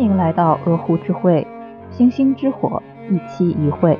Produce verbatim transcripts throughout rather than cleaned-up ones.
迎来到鹅湖之会，星星之火，一期一会。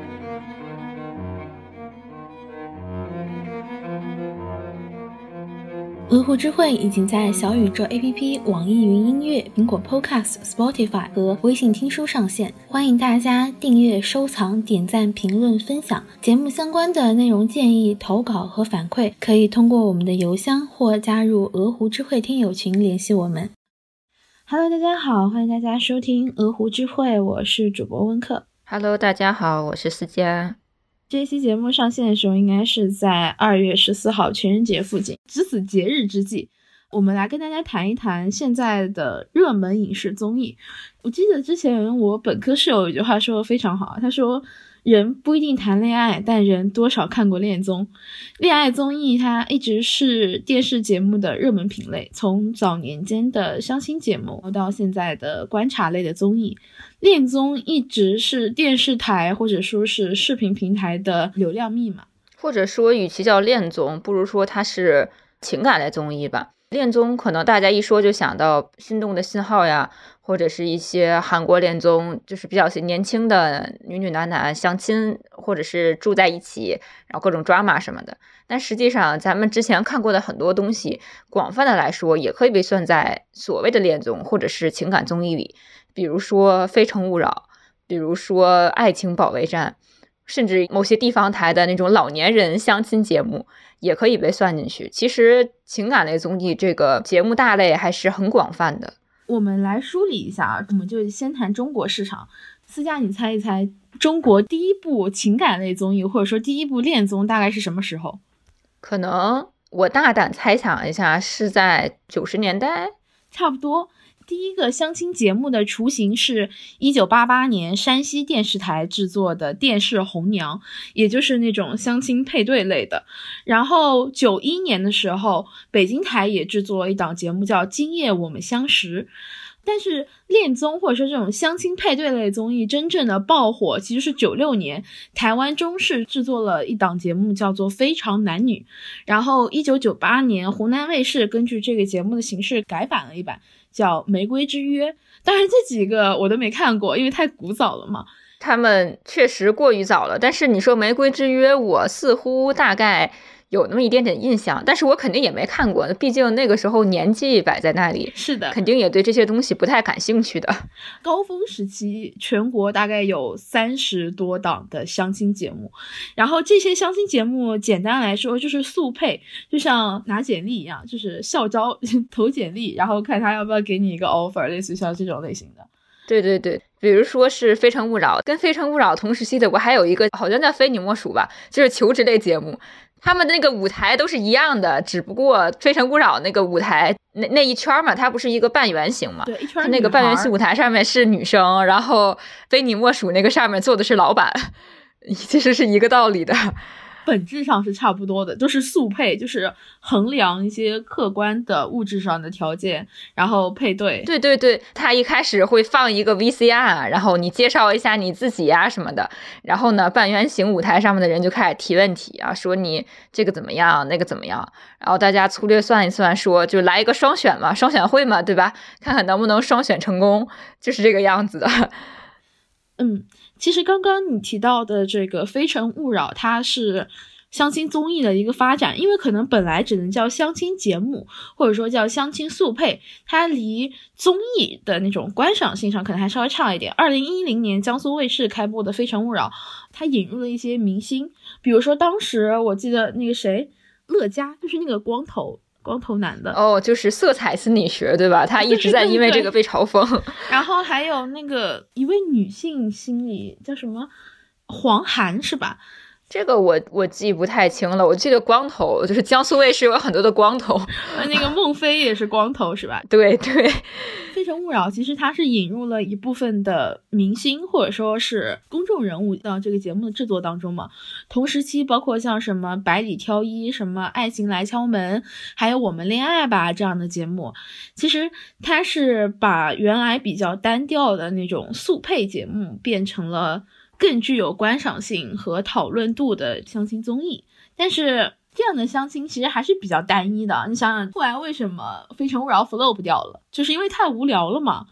鹅湖之会已经在小宇宙 A P P、网易云音乐、苹果 Podcast、Spotify 和微信听书上线，欢迎大家订阅、收藏、点赞、评论、分享。节目相关的内容建议、投稿和反馈，可以通过我们的邮箱或加入鹅湖之会听友群联系我们。Hello， 大家好，欢迎大家收听鹅湖之会，我是主播温克。 Hello， 大家好，我是思佳。 这期节目上线的时候应该是在二月十四号情人节附近，值此节日之际，我们来跟大家谈一谈现在的热门影视综艺。我记得之前我本科室友有一句话说的非常好，他说人不一定谈恋爱，但人多少看过恋综。恋爱综艺它一直是电视节目的热门品类，从早年间的相亲节目到现在的观察类的综艺，恋综一直是电视台或者说是视频平台的流量密码。 或者说与其叫恋综，不如说它是情感类综艺吧。恋综可能大家一说就想到心动的信号呀，或者是一些韩国恋综，就是比较年轻的女女男男相亲，或者是住在一起，然后各种 drama 什么的。但实际上咱们之前看过的很多东西，广泛的来说也可以被算在所谓的恋综或者是情感综艺里，比如说非诚勿扰，比如说爱情保卫战，甚至某些地方台的那种老年人相亲节目也可以被算进去。其实情感类综艺这个节目大类还是很广泛的。 我们来梳理一下啊，我们就先谈中国市场。思佳，你猜一猜中国第一部情感类综艺或者说第一部恋综大概是什么时候？ 可能我大胆猜想一下，是在九十年代？ 差不多。第一个相亲节目的雏形是一九八八年山西电视台制作的电视红娘，也就是那种相亲配对类的。然后九一年的时候，北京台也制作了一档节目叫今夜我们相识。但是恋综或者说这种相亲配对类综艺真正的爆火其实是九六年台湾中视制作了一档节目叫做非常男女，然后一九九八年湖南卫视根据这个节目的形式改版了一版叫玫瑰之约。当然这几个我都没看过，因为太古早了嘛。 他们确实过于早了，但是你说玫瑰之约我似乎大概有那么一点点印象，但是我肯定也没看过，毕竟那个时候年纪摆在那里， 是的， 肯定也对这些东西不太感兴趣的。 高峰时期全国大概有三十多档的相亲节目，然后这些相亲节目简单来说就是速配，就像拿简历一样，就是校招投简历，然后看他要不要给你一个 offer， 类似像这种类型的。 对对对，比如说是非诚勿扰，跟非诚勿扰同时期的我还有一个好像叫非你莫属吧，就是求职类节目，他们的那个舞台都是一样的，只不过非诚勿扰那个舞台那那一圈嘛，它不是一个半圆形嘛， 对，一圈它那个半圆形舞台上面是女生，然后非你莫属那个上面坐的是老板，其实是一个道理的。 本质上是差不多的，都是速配，就是衡量一些客观的物质上的条件，然后配对。 对对对，他一开始会放一个 V C R， 然后你介绍一下你自己呀、啊、什么的，然后呢，半圆形舞台上面的人就开始提问题啊，说你这个怎么样，那个怎么样，然后大家粗略算一算说，就来一个双选嘛，双选会嘛，对吧？看看能不能双选成功，就是这个样子的。 嗯，其实刚刚你提到的这个非诚勿扰，它是相亲综艺的一个发展，因为可能本来只能叫相亲节目，或者说叫相亲速配，它离综艺的那种观赏性上可能还稍微差一点。二零一零年江苏卫视开播的非诚勿扰，它引入了一些明星，比如说当时我记得那个谁，乐嘉，就是那个光头光头男的哦，就是色彩心理学对吧？他一直在因为这个被嘲讽。 对对对然后还有那个一位女性心理叫什么黄涵是吧？ 这个我我记不太清了，我记得光头就是江苏卫视有很多的光头， 那个孟非也是光头是吧？ 对对。 非诚勿扰其实它是引入了一部分的明星或者说是公众人物到这个节目的制作当中嘛。同时期包括像什么百里挑一、什么爱情来敲门，还有我们恋爱吧这样的节目，其实它是把原来比较单调的那种速配节目变成了更具有观赏性和讨论度的相亲综艺。但是这样的相亲其实还是比较单一的，你想想后来为什么非诚勿扰 flop 掉了，就是因为太无聊了嘛。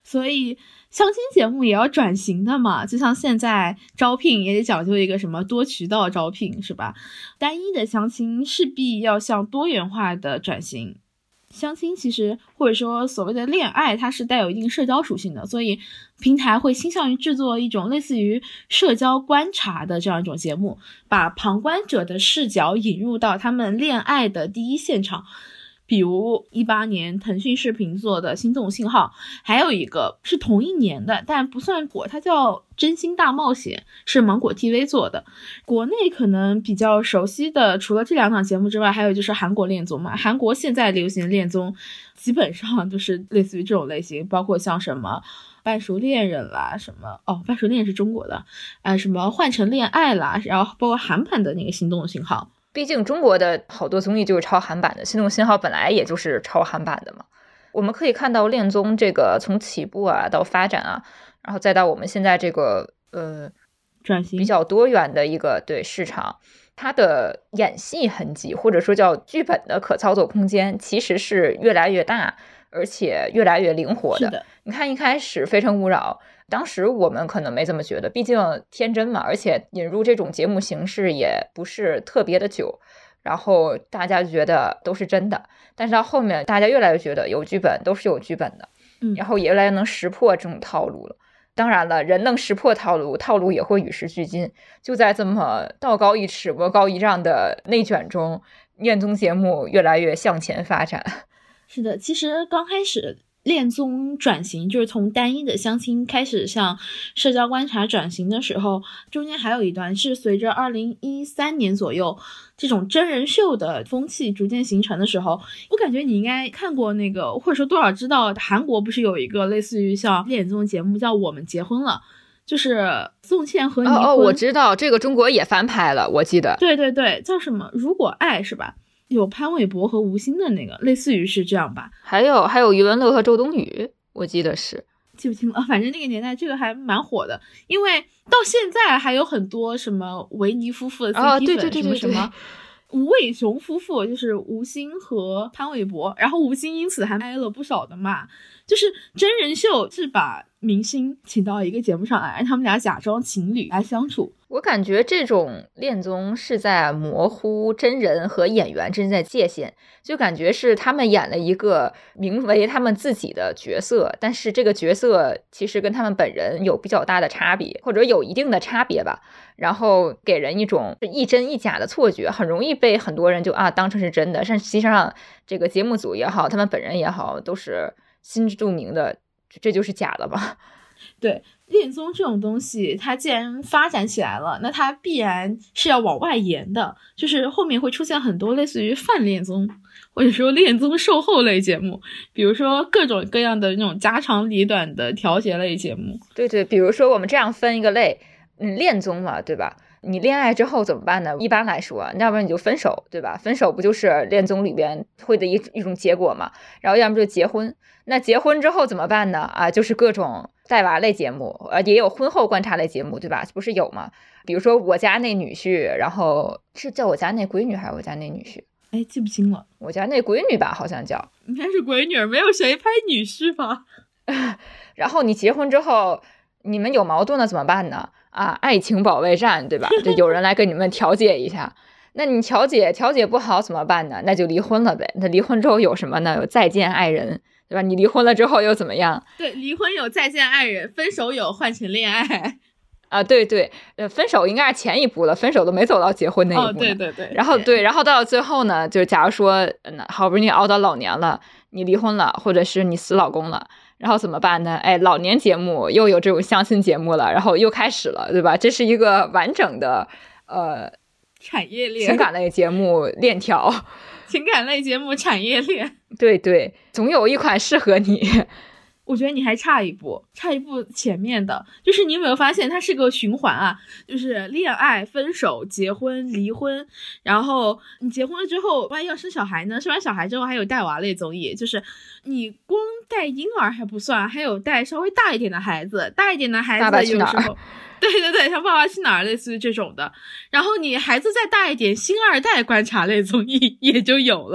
所以相亲节目也要转型的嘛，就像现在招聘也得讲究一个什么多渠道招聘，是吧？单一的相亲势必要向多元化的转型。相亲其实或者说所谓的恋爱，它是带有一定社交属性的，所以平台会倾向于制作一种类似于社交观察的这样一种节目，把旁观者的视角引入到他们恋爱的第一现场。比如一八年腾讯视频做的心动信号，还有一个是同一年的但不算火，它叫真心大冒险，是芒果 T V 做的。国内可能比较熟悉的除了这两档节目之外，还有就是韩国恋综嘛。韩国现在流行恋综基本上就是类似于这种类型，包括像什么半熟恋人啦，什么哦半熟恋人是中国的，呃什么换乘恋爱啦，然后包括韩版的那个心动信号。 毕竟中国的好多综艺就是抄韩版的，心动信号本来也就是抄韩版的嘛。我们可以看到恋综这个从起步啊到发展啊，然后再到我们现在这个呃转型比较多元的一个对市场，它的演戏痕迹或者说叫剧本的可操作空间其实是越来越大，而且越来越灵活的。 是的， 你看一开始《非诚勿扰》，当时我们可能没这么觉得，毕竟天真嘛，而且引入这种节目形式也不是特别的久，然后大家就觉得都是真的。但是到后面大家越来越觉得有剧本都是有剧本的， 嗯， 然后也越来越能识破这种套路了。当然了，人能识破套路，套路也会与时俱进。就在这么道高一尺魔高一丈的内卷中，恋综节目越来越向前发展。 是的，其实刚开始恋综转型就是从单一的相亲开始向社交观察转型的时候，中间还有一段是随着二零一三年左右这种真人秀的风气逐渐形成的时候，我感觉你应该看过那个，或者说多少知道韩国不是有一个类似于像恋综节目叫《我们结婚了》，就是宋茜和倪坤。 哦哦，我知道这个中国也翻拍了，我记得。 对对对，叫什么？如果爱是吧？有潘玮柏和吴昕的那个，类似于是这样吧。 还有还有余文乐和周冬雨，我记得是记不清了，反正那个年代这个还蛮火的，因为到现在还有很多什么维尼夫妇的 C P 粉， 哦，对对对对对， 什么什么吴伟雄夫妇，就是吴昕和潘玮柏，然后吴昕因此还挨了不少的骂。就是真人秀是把明星请到一个节目上来，让他们俩假装情侣来相处。 我感觉这种恋综是在模糊真人和演员之间的界限，就感觉是他们演了一个名为他们自己的角色，但是这个角色其实跟他们本人有比较大的差别，或者有一定的差别吧，然后给人一种一真一假的错觉，很容易被很多人就啊当成是真的，但实际上这个节目组也好，他们本人也好，都是心知肚明的，这就是假的吧。 对，恋综这种东西它既然发展起来了，那它必然是要往外延的，就是后面会出现很多类似于泛恋综或者说恋综售后类节目，比如说各种各样的那种家长里短的调节类节目。 对对，比如说我们这样分一个类，嗯，恋综嘛，对吧？你恋爱之后怎么办呢？一般来说，要不然你就分手，对吧？分手不就是恋综里边会的一一种结果嘛？然后要么就结婚。那结婚之后怎么办呢？啊，就是各种带娃类节目，呃，也有婚后观察类节目，对吧？不是有吗？比如说我家那女婿，然后是叫我家那闺女还是我家那女婿？ 哎，记不清了， 我家那闺女吧，好像叫， 应该是闺女，没有谁拍女婿吧？ 然后你结婚之后，你们有矛盾了怎么办呢？啊，爱情保卫战，对吧？就有人来跟你们调解一下。那你调解调解不好怎么办呢？那就离婚了呗。那离婚之后有什么呢？有再见爱人，对吧？你离婚了之后又怎么样？ 对，离婚有再见爱人，分手有换成恋爱。 啊，对对，呃，分手应该是前一步了，分手都没走到结婚那一步呢。 哦，对对对。 然后对，然后到最后呢，就假如说，嗯，好不容易熬到老年了，你离婚了，或者是你死老公了。然后怎么办呢？哎，老年节目又有这种相亲节目了，然后又开始了，对吧？这是一个完整的呃产业链， 情感类节目链条， 情感类节目产业链， 对对，总有一款适合你。 我觉得你还差一步，差一步前面的，就是你有没有发现它是个循环啊？就是恋爱、分手、结婚、离婚，然后你结婚了之后，万一要生小孩呢？生完小孩之后还有带娃类综艺，就是你光带婴儿还不算，还有带稍微大一点的孩子，大一点的孩子有时候，对对对，像《爸爸去哪儿》类似于这种的。然后你孩子再大一点，星二代观察类综艺也就有了。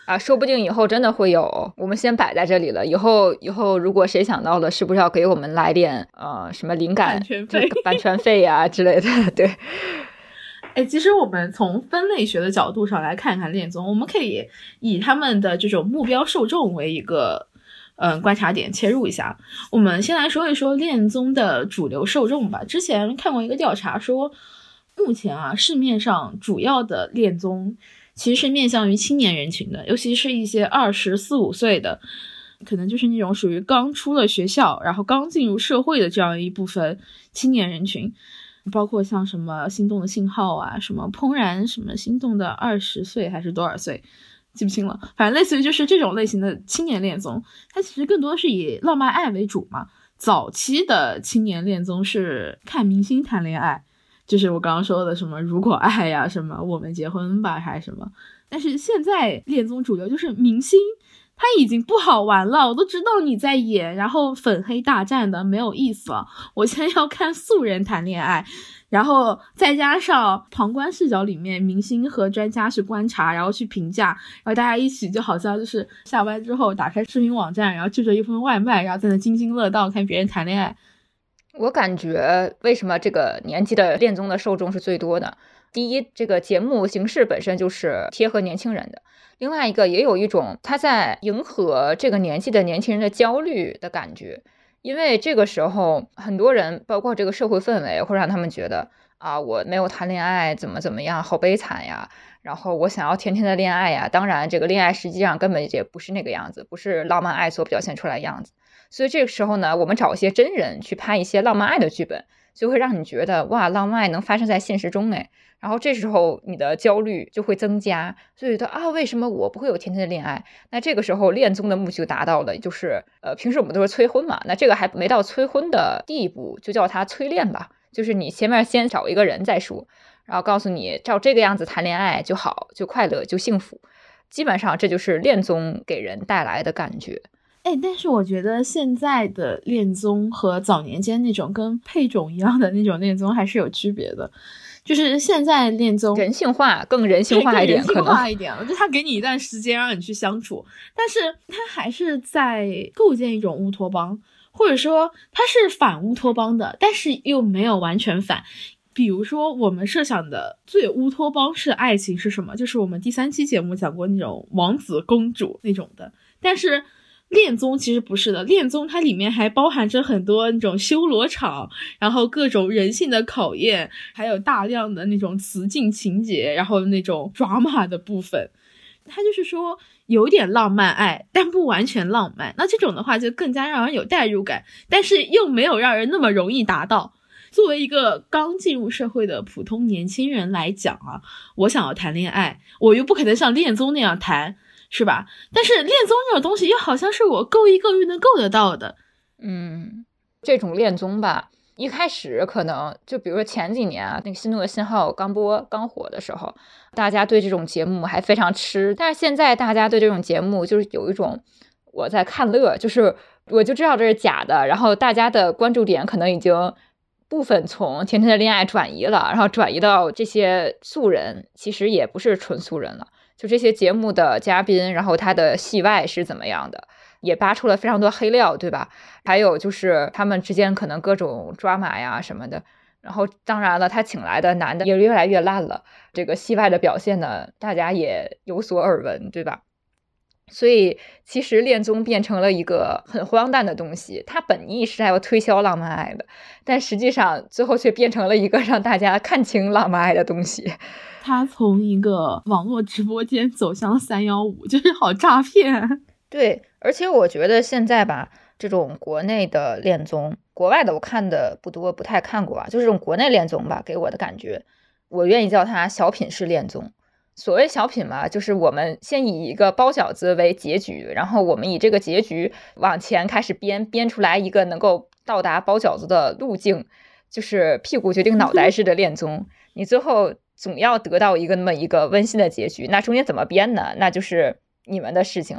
啊，说不定以后真的会有，我们先摆在这里了。以后以后如果谁想到了，是不是要给我们来点呃什么灵感版权费、 版权费呀、啊、之类的？对。 哎，其实我们从分类学的角度上来看看恋综，我们可以以他们的这种目标受众为一个嗯、呃、观察点切入一下。我们先来说一说恋综的主流受众吧。之前看过一个调查说，目前啊市面上主要的恋综其实是面向于青年人群的，尤其是一些二十四五岁的，可能就是那种属于刚出了学校，然后刚进入社会的这样一部分青年人群。包括像什么心动的信号啊，什么怦然什么心动的二十岁还是多少岁记不清了，反正类似于就是这种类型的青年恋综，它其实更多是以浪漫爱为主嘛。早期的青年恋综是看明星谈恋爱，就是我刚刚说的什么如果爱呀，什么我们结婚吧还是什么。但是现在恋综主流就是明星他已经不好玩了，我都知道你在演，然后粉黑大战的没有意思了，我现在要看素人谈恋爱，然后再加上旁观视角里面明星和专家去观察，然后去评价，然后大家一起就好像就是下班之后打开视频网站，然后就着一份外卖，然后在那津津乐道看别人谈恋爱。 我感觉为什么这个年纪的恋综的受众是最多的，第一，这个节目形式本身就是贴合年轻人的，另外一个也有一种他在迎合这个年纪的年轻人的焦虑的感觉。因为这个时候很多人包括这个社会氛围会让他们觉得啊，我没有谈恋爱怎么怎么样好悲惨呀，然后我想要甜甜的恋爱呀，当然这个恋爱实际上根本也不是那个样子，不是浪漫爱所表现出来的样子。所以这个时候呢，我们找一些真人去拍一些浪漫爱的剧本，就会让你觉得哇，浪漫爱能发生在现实中哎，然后这时候你的焦虑就会增加，所以觉得啊，为什么我不会有甜甜的恋爱？那这个时候恋综的目的就达到了，就是呃，平时我们都是催婚嘛，那这个还没到催婚的地步，就叫它催恋吧，就是你前面先找一个人再说，然后告诉你照这个样子谈恋爱就好，就快乐，就幸福，基本上这就是恋综给人带来的感觉。 哎，但是我觉得现在的恋综和早年间那种跟配种一样的那种恋综还是有区别的，就是现在恋综人性化，更人性化一点， 更人性化一点了，就他给你一段时间让你去相处，但是他还是在构建一种乌托邦，或者说他是反乌托邦的，但是又没有完全反。比如说我们设想的最乌托邦式爱情是什么，就是我们第三期节目讲过那种王子公主那种的，但是恋综其实不是的，恋综它里面还包含着很多那种修罗场，然后各种人性的考验，还有大量的那种雌竞情节，然后那种drama的部分。它就是说有点浪漫爱，但不完全浪漫，那这种的话就更加让人有代入感，但是又没有让人那么容易达到。作为一个刚进入社会的普通年轻人来讲啊，我想要谈恋爱，我又不可能像恋综那样谈，是吧？但是恋综这种东西又好像是我够一够又能够得到的。 嗯，这种恋综吧，一开始可能就比如说前几年啊，那个心动的信号刚播刚火的时候，大家对这种节目还非常吃，但是现在大家对这种节目就是有一种我在看乐，就是我就知道这是假的，然后大家的关注点可能已经部分从甜甜的恋爱转移了，然后转移到这些素人其实也不是纯素人了，就这些节目的嘉宾，然后他的戏外是怎么样的，也扒出了非常多黑料，对吧？还有就是他们之间可能各种抓马呀什么的，然后当然了，他请来的男的也越来越烂了，这个戏外的表现呢，大家也有所耳闻，对吧？所以其实恋综变成了一个很荒诞的东西，它本意是要推销浪漫爱的，但实际上最后却变成了一个让大家看清浪漫爱的东西。 它从一个网络直播间走向三一五，就是好诈骗。 对，而且我觉得现在吧，这种国内的恋综，国外的我看的不多，不太看过啊，就这种国内恋综吧，给我的感觉，我愿意叫它小品式恋综。所谓小品嘛，就是我们先以一个包饺子为结局，然后我们以这个结局往前开始编，编出来一个能够到达包饺子的路径，就是屁股决定脑袋式的恋综。你最后总要得到一个那么一个温馨的结局，那中间怎么编呢？那就是你们的事情了。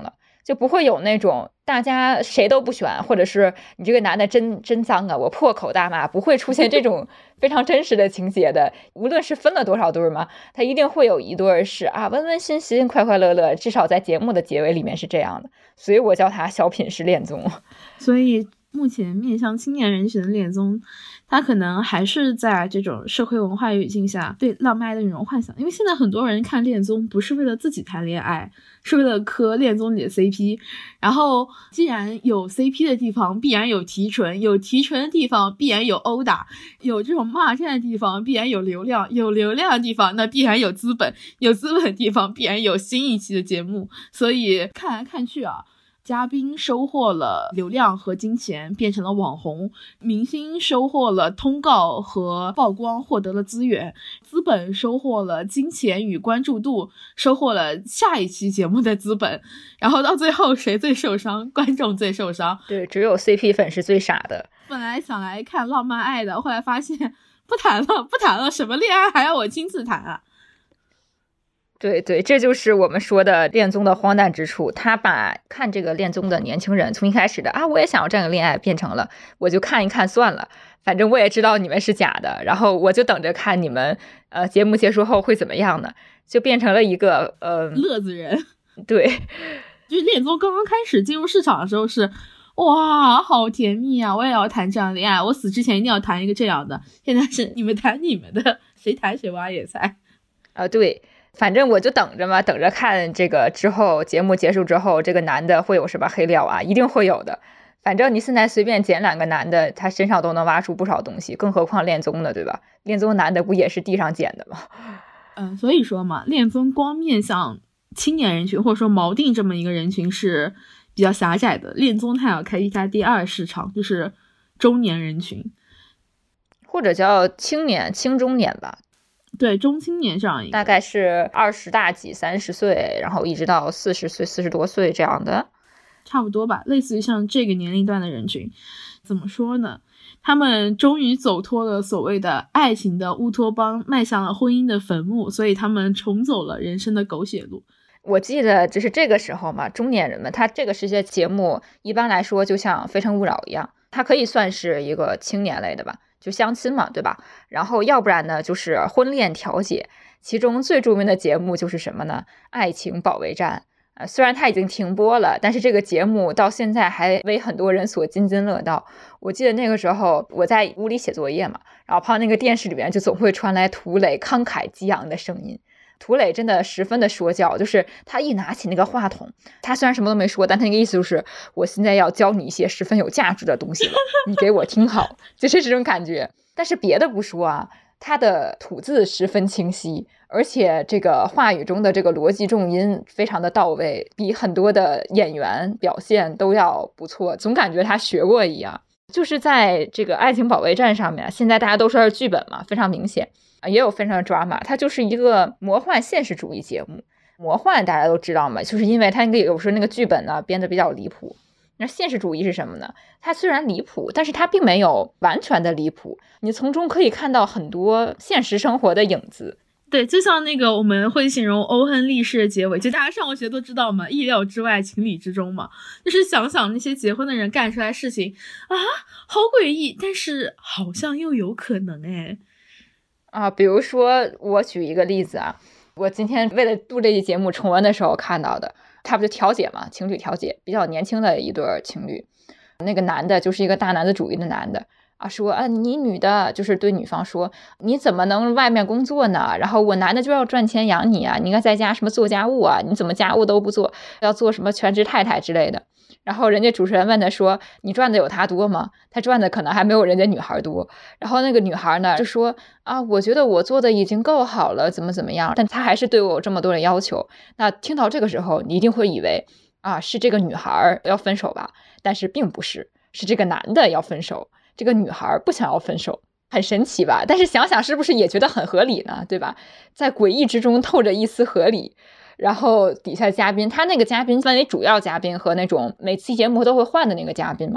就不会有那种大家谁都不选，或者是你这个男的真真脏啊，我破口大骂，不会出现这种非常真实的情节的。无论是分了多少对嘛，他一定会有一对是啊温温馨馨、快快乐乐，至少在节目的结尾里面是这样的。所以我叫它小品式恋综。 所以目前面向青年人群的恋综，它可能还是在这种社会文化语境下对浪漫爱的那种幻想。因为现在很多人看恋综不是为了自己谈恋爱，是为了磕恋综里的 C P。 然后既然有 C P 的地方必然有提纯，有提纯的地方必然有殴打，有这种骂战的地方必然有流量，有流量的地方那必然有资本，有资本的地方必然有新一期的节目。所以看来看去啊，嘉宾收获了流量和金钱，变成了网红；明星收获了通告和曝光，获得了资源；资本收获了金钱与关注度，收获了下一期节目的资本。然后到最后谁最受伤？观众最受伤。 对，只有 C P 粉是最傻的。 本来想来看浪漫爱的，后来发现不谈了不谈了，什么恋爱还要我亲自谈啊。 对对，这就是我们说的恋综的荒诞之处。他把看这个恋综的年轻人从一开始的啊我也想要这样的恋爱，变成了我就看一看算了，反正我也知道你们是假的，然后我就等着看你们呃节目结束后会怎么样呢，就变成了一个呃乐子人。 对， 就是恋综刚刚开始进入市场的时候是哇好甜蜜啊，我也要谈这样的恋爱，我死之前一定要谈一个这样的。现在是你们谈你们的，谁谈谁挖野菜啊。对，反正我就等着嘛，等着看这个之后节目结束之后这个男的会有什么黑料啊，一定会有的。反正你现在随便捡两个男的，他身上都能挖出不少东西，更何况恋综的，对吧？恋综男的不也是地上捡的吗？ 嗯，所以说嘛，恋综光面向青年人群或者说锚定这么一个人群是比较狭窄的，恋综它要开一家第二市场，就是中年人群， 或者叫青年青中年吧。 对，中青年这样一个， 大概是二十大几三十岁，然后一直到四十岁四十多岁这样的， 差不多吧，类似于像这个年龄段的人群。怎么说呢，他们终于走脱了所谓的爱情的乌托邦，迈向了婚姻的坟墓，所以他们重走了人生的狗血路。 我记得就是这个时候嘛，中年人们他这个时节节目一般来说就像《非诚勿扰》一样，它可以算是一个青年类的吧，就相亲嘛，对吧？然后要不然呢就是婚恋调解，其中最著名的节目就是什么呢？爱情保卫战。呃，虽然它已经停播了，但是这个节目到现在还为很多人所津津乐道。我记得那个时候我在屋里写作业嘛，然后旁那个电视里面就总会传来涂磊慷慨激昂的声音。涂磊真的十分的说教，就是他一拿起那个话筒，他虽然什么都没说，但他那个意思就是我现在要教你一些十分有价值的东西了，你给我听好，就是这种感觉。但是别的不说啊，他的吐字十分清晰，而且这个话语中的这个逻辑重音非常的到位，比很多的演员表现都要不错，总感觉他学过一样。就是在这个爱情保卫战上面，现在大家都说是剧本嘛，非常明显，也有非常的抓马，它就是一个魔幻现实主义节目。魔幻大家都知道嘛，就是因为它那个有时候那个剧本呢编得比较离谱。那现实主义是什么呢？它虽然离谱，但是它并没有完全的离谱，你从中可以看到很多现实生活的影子。 对，就像那个我们会形容欧亨利式的结尾，就大家上过学都知道嘛，意料之外情理之中嘛，就是想想那些结婚的人干出来事情啊，好诡异，但是好像又有可能哎。 啊，比如说我举一个例子啊，我今天为了录这期节目重温的时候看到的，他不就调解嘛，情侣调解，比较年轻的一对情侣，那个男的就是一个大男子主义的男的啊，说啊你女的，就是对女方说你怎么能外面工作呢，然后我男的就要赚钱养你啊，你应该在家什么做家务啊，你怎么家务都不做，要做什么全职太太之类的。然后人家主持人问他说你赚的有他多吗？他赚的可能还没有人家女孩多。然后那个女孩呢就说啊，我觉得我做的已经够好了，怎么怎么样，但他还是对我有这么多的要求。那听到这个时候你一定会以为啊是这个女孩要分手吧，但是并不是，是这个男的要分手，这个女孩不想要分手。很神奇吧？但是想想是不是也觉得很合理呢？对吧？在诡异之中透着一丝合理。然后底下嘉宾，他那个嘉宾分为主要嘉宾和那种每期节目都会换的那个嘉宾嘛。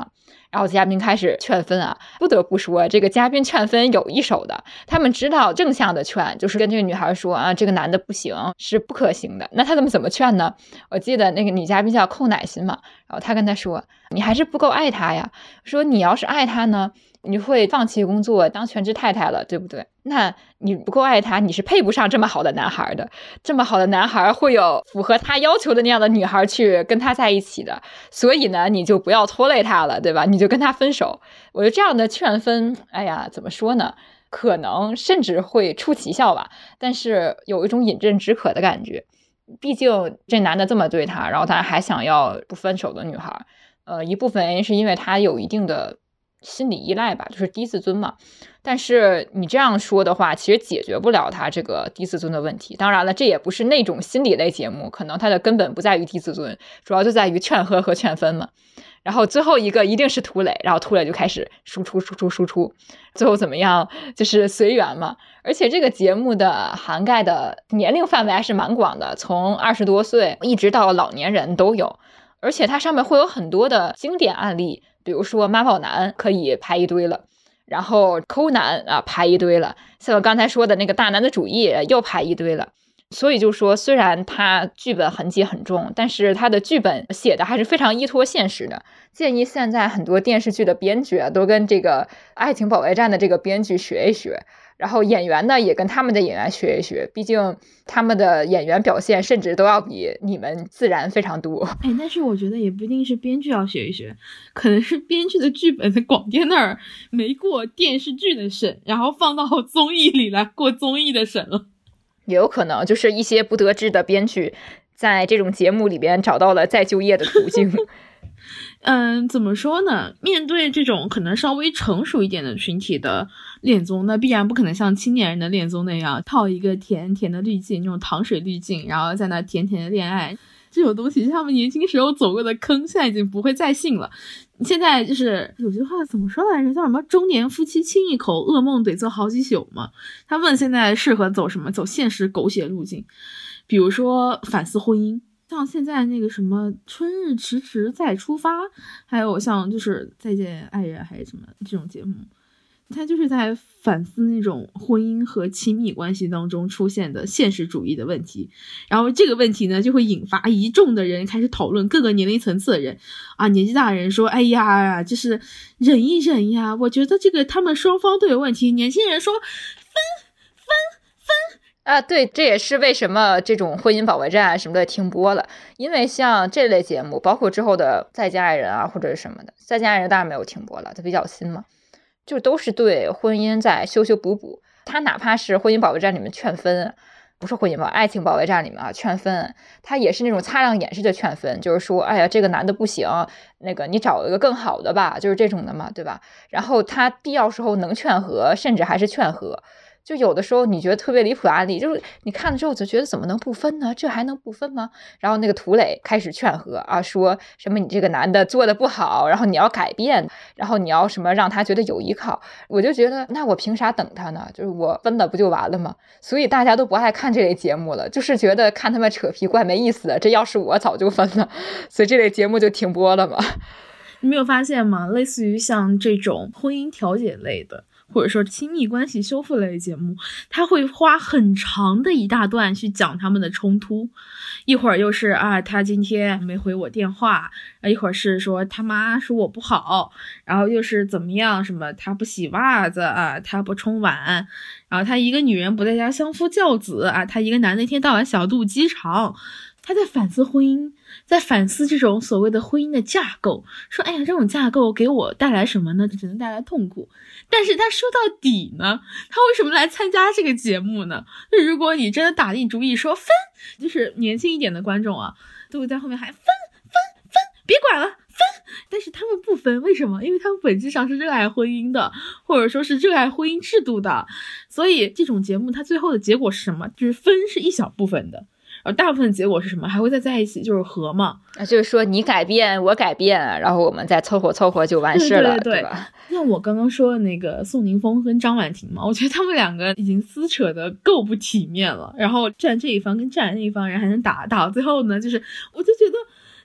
然后嘉宾开始劝分啊，不得不说这个嘉宾劝分有一手的，他们知道正向的劝就是跟这个女孩说啊，这个男的不行，是不可行的。那他怎么怎么劝呢？我记得那个女嘉宾叫寇乃馨嘛，然后他跟他说，你还是不够爱他呀，说你要是爱他呢，你会放弃工作当全职太太了，对不对？那你不够爱他，你是配不上这么好的男孩的，这么好的男孩会有符合他要求的那样的女孩去跟他在一起的，所以呢你就不要拖累他了，对吧？你就跟他分手。我觉得这样的劝分，哎呀怎么说呢，可能甚至会出奇效吧，但是有一种饮鸩止渴的感觉。毕竟这男的这么对他，然后他还想要不分手的女孩，呃，一部分原因是因为他有一定的心理依赖吧，就是低自尊嘛。但是你这样说的话，其实解决不了他这个低自尊的问题。当然了，这也不是那种心理类节目，可能它的根本不在于低自尊，主要就在于劝和和劝分嘛。然后最后一个一定是涂磊，然后涂磊就开始输出输出输出，最后怎么样就是随缘嘛。而且这个节目的涵盖的年龄范围还是蛮广的，从二十多岁一直到老年人都有，而且它上面会有很多的经典案例，比如说妈宝男可以排一堆了，然后抠男啊排一堆了，像我刚才说的那个大男子主义又排一堆了。所以就说虽然他剧本痕迹很重，但是他的剧本写的还是非常依托现实的。建议现在很多电视剧的编剧啊，都跟这个爱情保卫战的这个编剧学一学，然后演员呢也跟他们的演员学一学，毕竟他们的演员表现甚至都要比你们自然非常多。 哎，但是我觉得也不一定是编剧要学一学，可能是编剧的剧本在广电那儿没过电视剧的审，然后放到综艺里来过综艺的审了。 也有可能就是一些不得志的编剧在这种节目里边找到了再就业的途径。 嗯，怎么说呢？面对这种可能稍微成熟一点的群体的恋综，那必然不可能像青年人的恋综那样套一个甜甜的滤镜，那种糖水滤镜，然后在那甜甜的恋爱。这种东西是他们年轻时候走过的坑，现在已经不会再信了。现在就是有句话怎么说来着，叫什么中年夫妻亲一口，噩梦得做好几宿嘛。他们现在适合走什么？走现实狗血路径，比如说反思婚姻，像现在那个什么春日迟迟再出发，还有像就是再见爱人还是什么这种节目，他就是在反思那种婚姻和亲密关系当中出现的现实主义的问题，然后这个问题呢就会引发一众的人开始讨论，各个年龄层次的人啊，年纪大的人说哎呀就是忍一忍呀，我觉得这个他们双方都有问题，年轻人说分分分啊，对，这也是为什么这种婚姻保卫战什么的停播了，因为像这类节目包括之后的再见爱人啊或者是什么的，再见爱人当然没有停播了，它比较新嘛，就都是对婚姻在修修补补。他哪怕是婚姻保卫战里面劝分，不是婚姻保爱情保卫战里面啊劝分，他也是那种擦亮眼式的劝分，就是说哎呀这个男的不行，那个你找一个更好的吧，就是这种的嘛，对吧？然后他必要时候能劝和，甚至还是劝和。就有的时候你觉得特别离谱的案例，就是你看了之后就觉得怎么能不分呢？这还能不分吗？然后那个涂磊开始劝和啊，说什么你这个男的做的不好，然后你要改变，然后你要什么让他觉得有依靠。我就觉得那我凭啥等他呢？就是我分了不就完了吗？所以大家都不爱看这类节目了，就是觉得看他们扯皮怪没意思的，这要是我早就分了，所以这类节目就停播了嘛。 你没有发现吗？类似于像这种婚姻调解类的或者说亲密关系修复类节目，他会花很长的一大段去讲他们的冲突，一会儿又是啊他今天没回我电话，一会儿是说他妈说我不好，然后又是怎么样什么他不洗袜子啊，他不冲碗，然后他一个女人不在家相夫教子啊，他一个男的一天到晚小肚鸡肠，他在反思婚姻，在反思这种所谓的婚姻的架构，说哎呀这种架构给我带来什么呢？只能带来痛苦。但是他说到底呢，他为什么来参加这个节目呢？就如果你真的打定主意说分，就是年轻一点的观众啊都会在后面喊分分分，别管了分，但是他们不分，为什么？因为他们本质上是热爱婚姻的，或者说是热爱婚姻制度的，所以这种节目它最后的结果是什么？就是分是一小部分的，而大部分的结果是什么？还会再在一起，就是和嘛。 啊，就是说你改变，我改变，然后我们再凑合凑合就完事了， 对对对对， 对吧？ 像我刚刚说的那个宋宁峰跟张婉婷嘛，我觉得他们两个已经撕扯的够不体面了，然后站这一方跟站那一方人还能打打到最后呢，就是我就觉得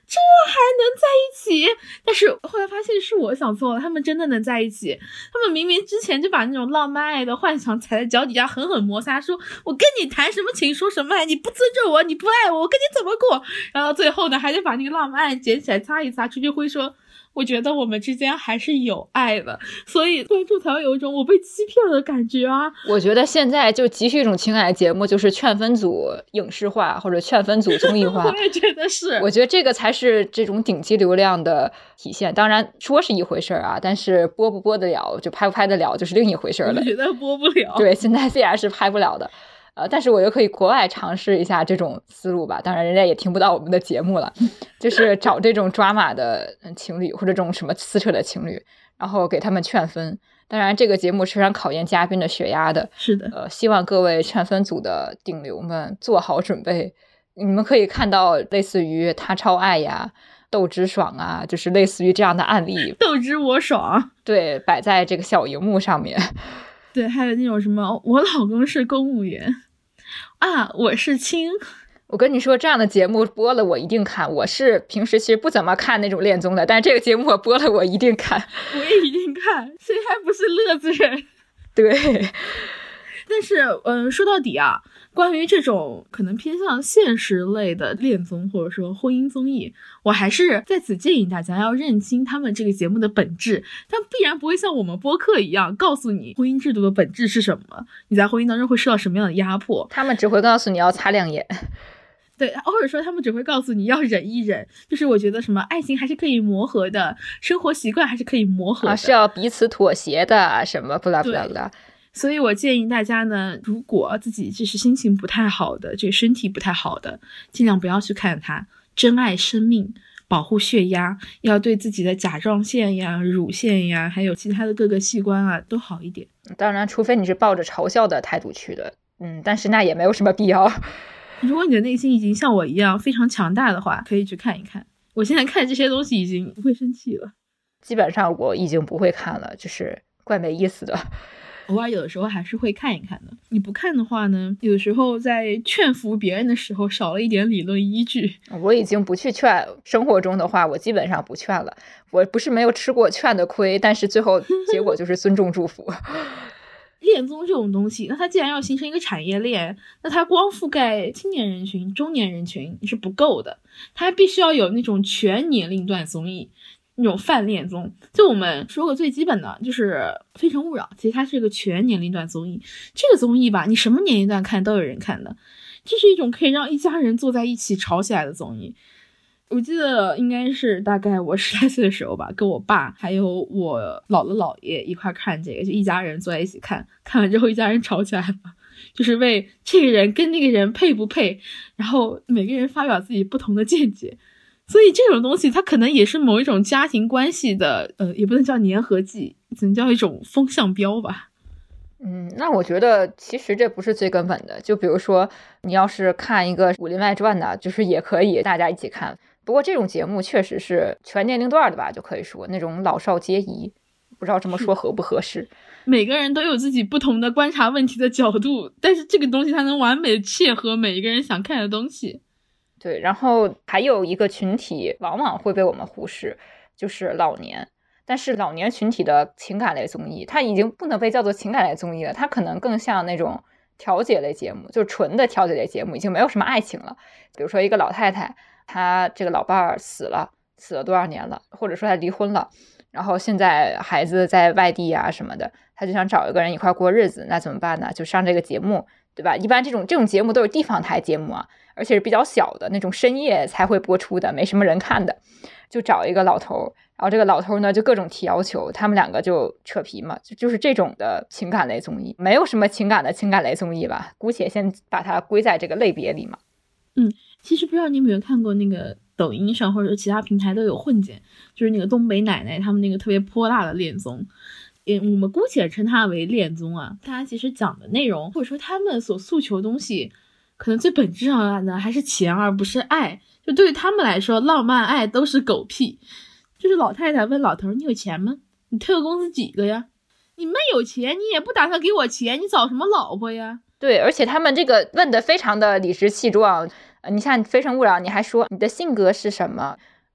这还能在一起？但是后来发现是我想错了，他们真的能在一起。他们明明之前就把那种浪漫爱的幻想踩在脚底下狠狠摩擦，说我跟你谈什么情说什么爱，你不尊重我，你不爱我，我跟你怎么过？然后最后呢，还得把那个浪漫爱捡起来擦一擦，出去会说我觉得我们之间还是有爱的，所以观众才会有一种我被欺骗了的感觉啊。 我觉得现在就急需一种情感节目，就是劝分组影视化或者劝分组综艺化。 我也觉得是， 我觉得这个才是这种顶级流量的体现。当然说是一回事啊，但是播不播得了，就拍不拍得了，就是另一回事了。 我觉得播不了。 对，现在虽然是拍不了的。呃，但是我又可以国外尝试一下这种思路吧，当然人家也听不到我们的节目了，就是找这种抓马的情侣或者这种什么撕扯的情侣，然后给他们劝分。当然这个节目是非常考验嘉宾的血压的， 是的， 呃，希望各位劝分组的顶流们做好准备，你们可以看到类似于他超爱呀、斗之爽啊，就是类似于这样的案例， 斗之我爽， 对，摆在这个小荧幕上面。 对，还有那种什么我老公是公务员啊，我是亲。 我跟你说，这样的节目播了我一定看。我是平时其实不怎么看那种恋综的，但是这个节目我播了我一定看。 我也一定看，谁还不是乐子人？ 对。 但是嗯、呃，说到底啊，关于这种可能偏向现实类的恋综或者说婚姻综艺，我还是在此建议大家要认清他们这个节目的本质，但必然不会像我们播客一样告诉你婚姻制度的本质是什么，你在婚姻当中会受到什么样的压迫， 他们只会告诉你要擦亮眼。 对，或者说他们只会告诉你要忍一忍，就是我觉得什么爱情还是可以磨合的，生活习惯还是可以磨合的， 啊，是要彼此妥协的，什么不啦不啦不啦。 所以我建议大家呢，如果自己就是心情不太好的，这个身体不太好的，尽量不要去看它。珍爱生命，保护血压，要对自己的甲状腺呀、乳腺呀，还有其他的各个器官啊都好一点。 当然，除非你是抱着嘲笑的态度去的，嗯，但是那也没有什么必要。 如果你的内心已经像我一样非常强大的话，可以去看一看。我现在看这些东西已经不会生气了， 基本上我已经不会看了，就是怪没意思的。 偶尔有的时候还是会看一看的。你不看的话呢，有时候在劝服别人的时候少了一点理论依据。 我已经不去劝，生活中的话我基本上不劝了。我不是没有吃过劝的亏，但是最后结果就是尊重祝福。 恋综这种东西，那它既然要形成一个产业链，那它光覆盖青年人群、中年人群是不够的，它必须要有那种全年龄段综艺，那种泛恋综。就我们说个最基本的，就是《非诚勿扰》，其实它是一个全年龄段综艺。这个综艺吧，你什么年龄段看都有人看的，这是一种可以让一家人坐在一起吵起来的综艺。我记得应该是大概我十来岁的时候吧，跟我爸还有我姥姥姥爷一块看这个，就一家人坐在一起看，看完之后一家人吵起来了，就是为这个人跟那个人配不配，然后每个人发表自己不同的见解。所以这种东西它可能也是某一种家庭关系的呃，也不能叫粘合剂，只能叫一种风向标吧。 嗯，那我觉得其实这不是最根本的，就比如说你要是看一个《武林外传》的，就是也可以大家一起看。不过这种节目确实是全年龄段的吧，就可以说那种老少皆宜，不知道这么说合不合适。 每个人都有自己不同的观察问题的角度，但是这个东西它能完美切合每一个人想看的东西。 对，然后还有一个群体往往会被我们忽视，就是老年。但是老年群体的情感类综艺，它已经不能被叫做情感类综艺了，它可能更像那种调解类节目，就是纯的调解类节目，已经没有什么爱情了。比如说一个老太太，她这个老伴儿死了，死了多少年了，或者说她离婚了，然后现在孩子在外地啊什么的，她就想找一个人一块过日子，那怎么办呢？就上这个节目，对吧？一般这种这种节目都是地方台节目啊，而且是比较小的那种，深夜才会播出的，没什么人看的，就找一个老头，然后这个老头呢就各种提要求，他们两个就扯皮嘛，就就是这种的情感类综艺，没有什么情感的情感类综艺吧，姑且先把它归在这个类别里嘛。 嗯，其实不知道你有没有看过那个抖音上或者其他平台都有混剪，就是那个东北奶奶他们那个特别泼辣的恋综。嗯，我们姑且称它为恋综啊，它其实讲的内容或者说他们所诉求的东西，可能最本质上的还是钱而不是爱。就对于他们来说，浪漫爱都是狗屁。就是老太太问老头，你有钱吗？你退休工资几个呀？你没有钱，你也不打算给我钱，你找什么老婆呀？ 对，而且他们这个问的非常的理直气壮。呃，你像《非诚勿扰》，你还说你的性格是什么？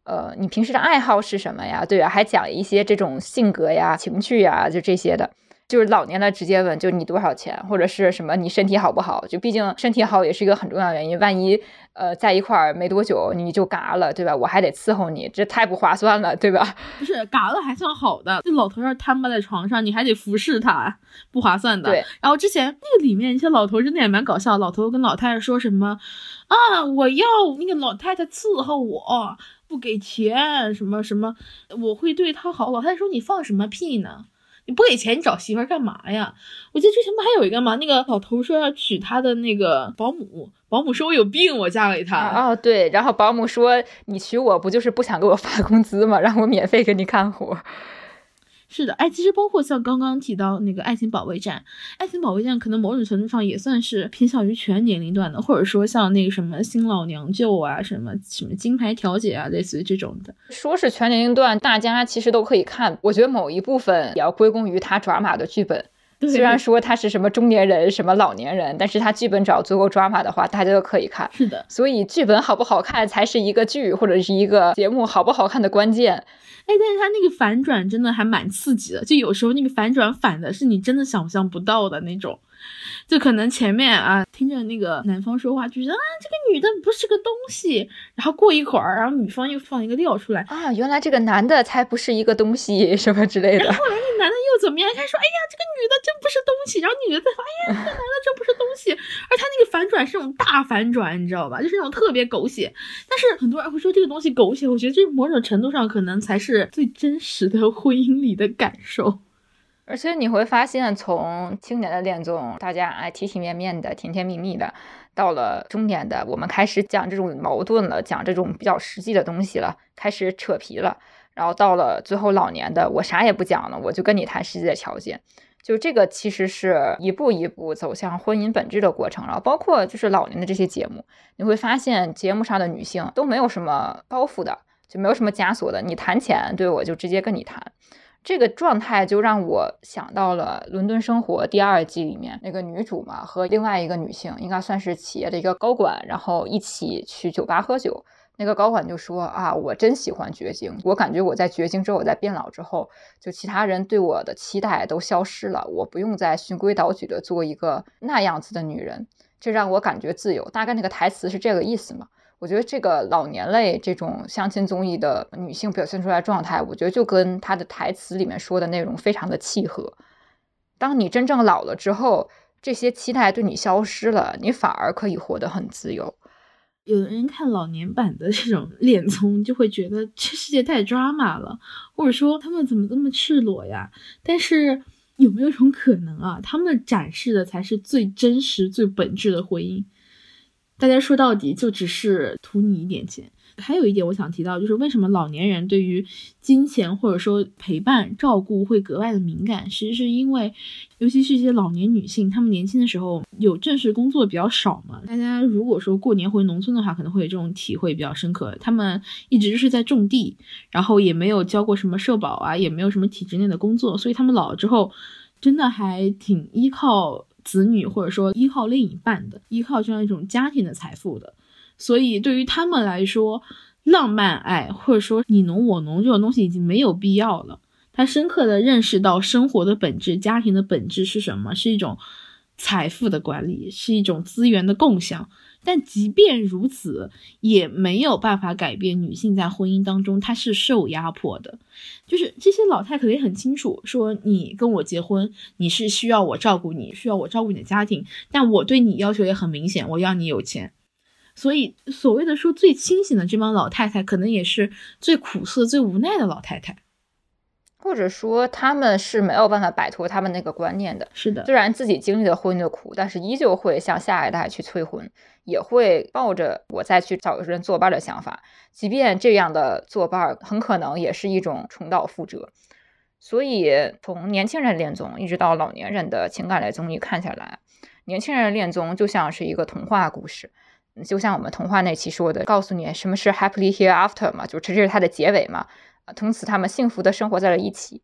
呃，你平时的爱好是什么呀？对吧？还讲一些这种性格呀、情趣呀，就这些的。就是老年的直接问，就你多少钱，或者是什么你身体好不好？就毕竟身体好也是一个很重要的原因。万一呃在一块儿没多久你就嘎了，对吧？我还得伺候你，这太不划算了，对吧？ 不是嘎了还算好的，这老头要瘫巴在床上，你还得服侍他，不划算的。 对。 然后之前那个里面，一些老头真的也蛮搞笑，老头跟老太太说什么啊，我要那个老太太伺候我，不给钱，什么什么，我会对她好。老太太说你放什么屁呢？你不给钱你找媳妇干嘛呀？我记得之前不还有一个吗？那个老头说要娶他的那个保姆，保姆说我有病，我嫁给他。 哦，对，然后保姆说你娶我不就是不想给我发工资吗？让我免费给你干活。 是的，哎，其实包括像刚刚提到那个爱情保卫战，爱情保卫战可能某种程度上也算是偏向于全年龄段的，或者说像那个什么新老娘舅啊，什么什么金牌调解啊，类似于这种的。 说是全年龄段，大家其实都可以看，我觉得某一部分也要归功于他抓马的剧本。虽然说他是什么中年人什么老年人，但是他剧本只要足够抓马的话，大家都可以看。 是的， 所以剧本好不好看才是一个剧或者是一个节目好不好看的关键。 哎，但是他那个反转真的还蛮刺激的，就有时候那个反转反的是你真的想象不到的那种。就可能前面啊听着那个男方说话就觉得啊这个女的不是个东西，然后过一会儿然后女方又放一个料出来啊，原来这个男的才不是一个东西什么之类的。 然后后来那男的又怎么样，他说哎呀这个女的真不是东西，然后女的再发哎呀这个男的真不是东西。而他那个反转是那种大反转，你知道吧，就是那种特别狗血。但是很多人会说这个东西狗血，我觉得这某种程度上可能才是最真实的婚姻里的感受。 而且你会发现从青年的恋综大家爱体体面面的甜甜蜜蜜的，到了中年的我们开始讲这种矛盾了，讲这种比较实际的东西了，开始扯皮了，然后到了最后老年的我啥也不讲了，我就跟你谈实际的条件。就这个其实是一步一步走向婚姻本质的过程，然后包括就是老年的这些节目，你会发现节目上的女性都没有什么包袱的，就没有什么枷锁的，你谈钱对我就直接跟你谈。这个状态就让我想到了《伦敦生活》第二季里面那个女主嘛，和另外一个女性应该算是企业的一个高管，然后一起去酒吧喝酒。那个高管就说啊，我真喜欢绝经，我感觉我在绝经之后，我在变老之后，就其他人对我的期待都消失了，我不用再循规蹈矩的做一个那样子的女人，这让我感觉自由。大概那个台词是这个意思嘛。我觉得这个老年类这种相亲综艺的女性表现出来的状态，我觉得就跟她的台词里面说的内容非常的契合。当你真正老了之后，这些期待对你消失了，你反而可以活得很自由。 有的人看老年版的这种恋综就会觉得这世界太抓马了，或者说他们怎么这么赤裸呀？但是有没有一种可能啊，他们展示的才是最真实最本质的婚姻？大家说到底就只是图你一点钱。还有一点我想提到，就是为什么老年人对于金钱或者说陪伴照顾会格外的敏感，其实是因为尤其是一些老年女性，她们年轻的时候有正式工作比较少嘛，大家如果说过年回农村的话可能会有这种体会比较深刻，她们一直就是在种地，然后也没有交过什么社保啊，也没有什么体制内的工作，所以她们老了之后真的还挺依靠子女或者说依靠另一半的，依靠这样一种家庭的财富的。所以对于他们来说，浪漫爱或者说你侬我侬这种东西已经没有必要了。他深刻的认识到生活的本质，家庭的本质是什么，是一种财富的管理，是一种资源的共享。但即便如此，也没有办法改变女性在婚姻当中她是受压迫的。就是这些老太可能也很清楚，说你跟我结婚，你是需要我照顾你，需要我照顾你的家庭，但我对你要求也很明显，我要你有钱。所以所谓的说最清醒的这帮老太太，可能也是最苦涩最无奈的老太太， 或者说他们是没有办法摆脱他们那个观念的。 是的， 虽然自己经历了婚姻的苦，但是依旧会向下一代去催婚，也会抱着我再去找人作伴的想法，即便这样的作伴很可能也是一种重蹈覆辙。所以从年轻人恋综一直到老年人的情感类综艺看下来，年轻人恋综就像是一个童话故事，就像我们童话那期说的，告诉你什么是 happily hereafter 嘛，就这是它的结尾嘛，从此他们幸福的生活在了一起。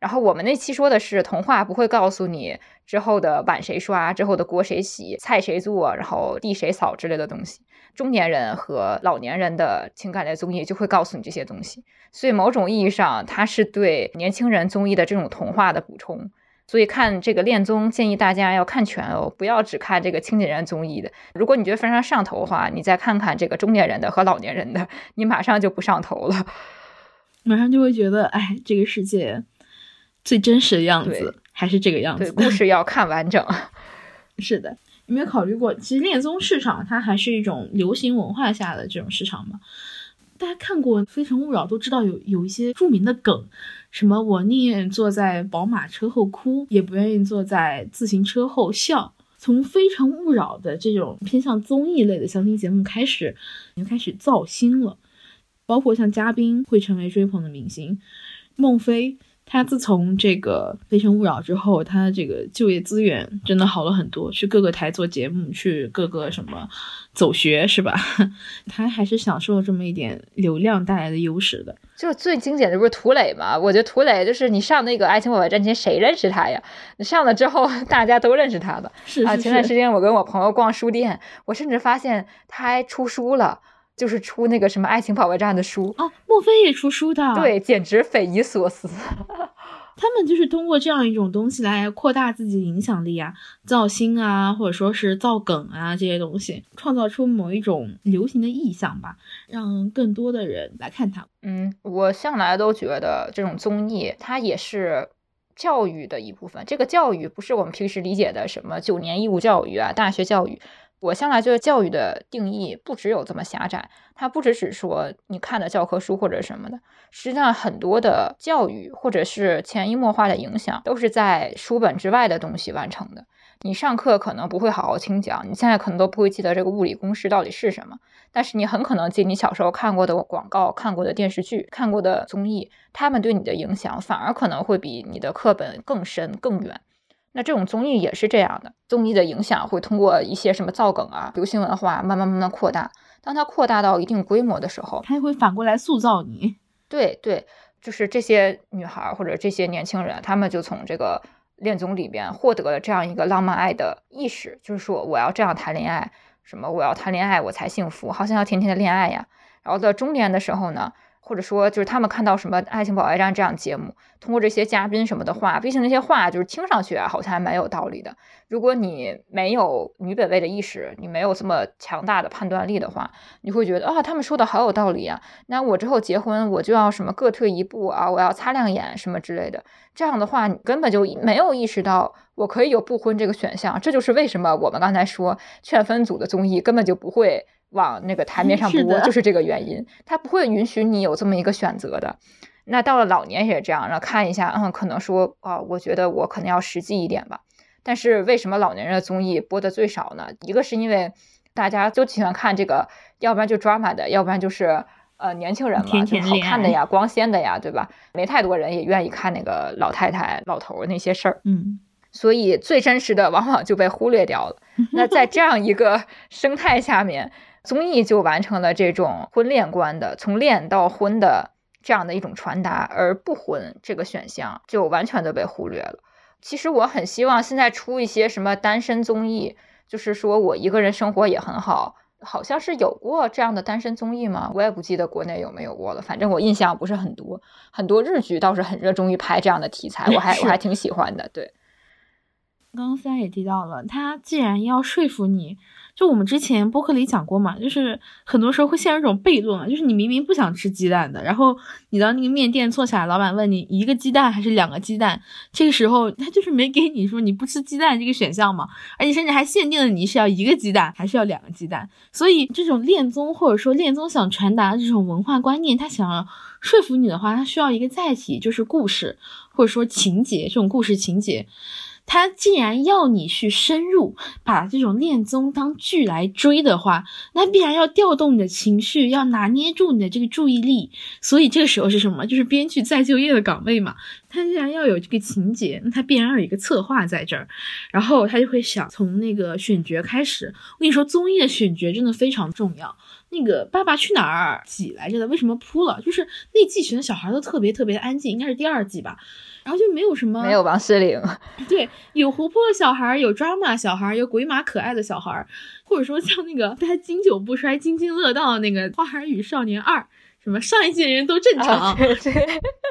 然后我们那期说的是童话不会告诉你之后的碗谁刷，之后的锅谁洗，菜谁做，然后地谁扫之类的东西。中年人和老年人的情感类综艺就会告诉你这些东西，所以某种意义上它是对年轻人综艺的这种童话的补充。所以看这个恋综建议大家要看全哦，不要只看这个青年人综艺的。如果你觉得非常上头的话，你再看看这个中年人的和老年人的，你马上就不上头了， 马上就会觉得哎，这个世界最真实的样子还是这个样子。 对，故事要看完整。 是的，有没有考虑过，其实恋综市场它还是一种流行文化下的这种市场嘛？大家看过《非诚勿扰》都知道有有一些著名的梗，什么我宁愿坐在宝马车后哭，也不愿意坐在自行车后笑。从《非诚勿扰》的这种偏向综艺类的相亲节目开始，就开始造星了，包括像嘉宾会成为追捧的明星。孟非他自从这个《非诚勿扰》之后，他这个就业资源真的好了很多，去各个台做节目，去各个什么走学是吧？他还是享受了这么一点流量带来的优势的。 就最经典的不是涂磊嘛？我觉得涂磊就是你上那个爱情保卫战前谁认识他呀？你上了之后大家都认识他的。 是是是。 啊，前段时间我跟我朋友逛书店，我甚至发现他还出书了。就是出那个什么爱情保卫战的书哦，莫非也出书的？ 对，简直匪夷所思。 他们就是通过这样一种东西来扩大自己的影响力啊，造星啊，或者说是造梗啊，这些东西创造出某一种流行的意象吧，让更多的人来看它。 嗯，我向来都觉得这种综艺它也是教育的一部分。这个教育不是我们平时理解的什么九年义务教育啊，大学教育。我向来觉得教育的定义不只有这么狭窄，它不只是说你看的教科书或者什么的，实际上很多的教育或者是潜移默化的影响都是在书本之外的东西完成的。你上课可能不会好好听讲，你现在可能都不会记得这个物理公式到底是什么，但是你很可能记你小时候看过的广告、看过的电视剧、看过的综艺，他们对你的影响反而可能会比你的课本更深更远。那这种综艺也是这样的，综艺的影响会通过一些什么造梗啊、流行文化慢慢慢慢扩大，当它扩大到一定规模的时候， 它会反过来塑造你。 对对，就是这些女孩或者这些年轻人，他们就从这个恋综里边获得了这样一个浪漫爱的意识，就是说我要这样谈恋爱，什么我要谈恋爱我才幸福，好像要天天的恋爱呀。然后到中年的时候呢，或者说就是他们看到什么爱情保卫战这样节目，通过这些嘉宾什么的话，毕竟那些话就是听上去啊好像还蛮有道理的，如果你没有女本位的意识，你没有这么强大的判断力的话，你会觉得啊他们说的好有道理啊，那我之后结婚我就要什么各退一步啊，我要擦亮眼什么之类的，这样的话你根本就没有意识到我可以有不婚这个选项。这就是为什么我们刚才说劝分组的综艺根本就不会往那个台面上播，就是这个原因，他不会允许你有这么一个选择的。那到了老年也是这样，然后看一下，嗯，可能说啊，我觉得我可能要实际一点吧。但是为什么老年人的综艺播的最少呢？一个是因为大家都喜欢看这个，要不然就 drama 的，要不然就是呃年轻人嘛， 天天就好看的呀，光鲜的呀，对吧？没太多人也愿意看那个老太太、老头那些事儿。 嗯。 所以最真实的往往就被忽略掉了。那在这样一个生态下面，综艺就完成了这种婚恋观的从恋到婚的这样的一种传达，而不婚这个选项就完全的被忽略了。其实我很希望现在出一些什么单身综艺，就是说我一个人生活也很好，好像是有过这样的单身综艺吗？我也不记得国内有没有过了，反正我印象不是很多。很多日剧倒是很热衷于拍这样的题材，我还我还挺喜欢的。对， 刚刚三也提到了，他既然要说服你，就我们之前播客里讲过嘛，就是很多时候会陷入一种悖论啊，就是你明明不想吃鸡蛋的，然后你到那个面店坐下来，老板问你一个鸡蛋还是两个鸡蛋，这个时候他就是没给你说你不吃鸡蛋这个选项嘛，而且甚至还限定了你是要一个鸡蛋还是要两个鸡蛋。所以这种恋综或者说恋综想传达的这种文化观念，他想要说服你的话，他需要一个载体，就是故事或者说情节，这种故事情节。他既然要你去深入把这种恋综当剧来追的话，那必然要调动你的情绪，要拿捏住你的这个注意力。所以这个时候是什么？就是编剧再就业的岗位嘛。他既然要有这个情节，那他必然要有一个策划在这儿，然后他就会想从那个选角开始。我跟你说，综艺的选角真的非常重要。那个爸爸去哪儿几来着的，为什么扑了？就是那季选的小孩都特别特别安静，应该是第二季吧。 然后就没有什么没有王诗龄， 对，有活泼的小孩，有 drama 小孩，有鬼马可爱的小孩，或者说像那个大家经久不衰、津津乐道的那个《花儿与少年二》，什么上一届人都正常。 啊、对对就是为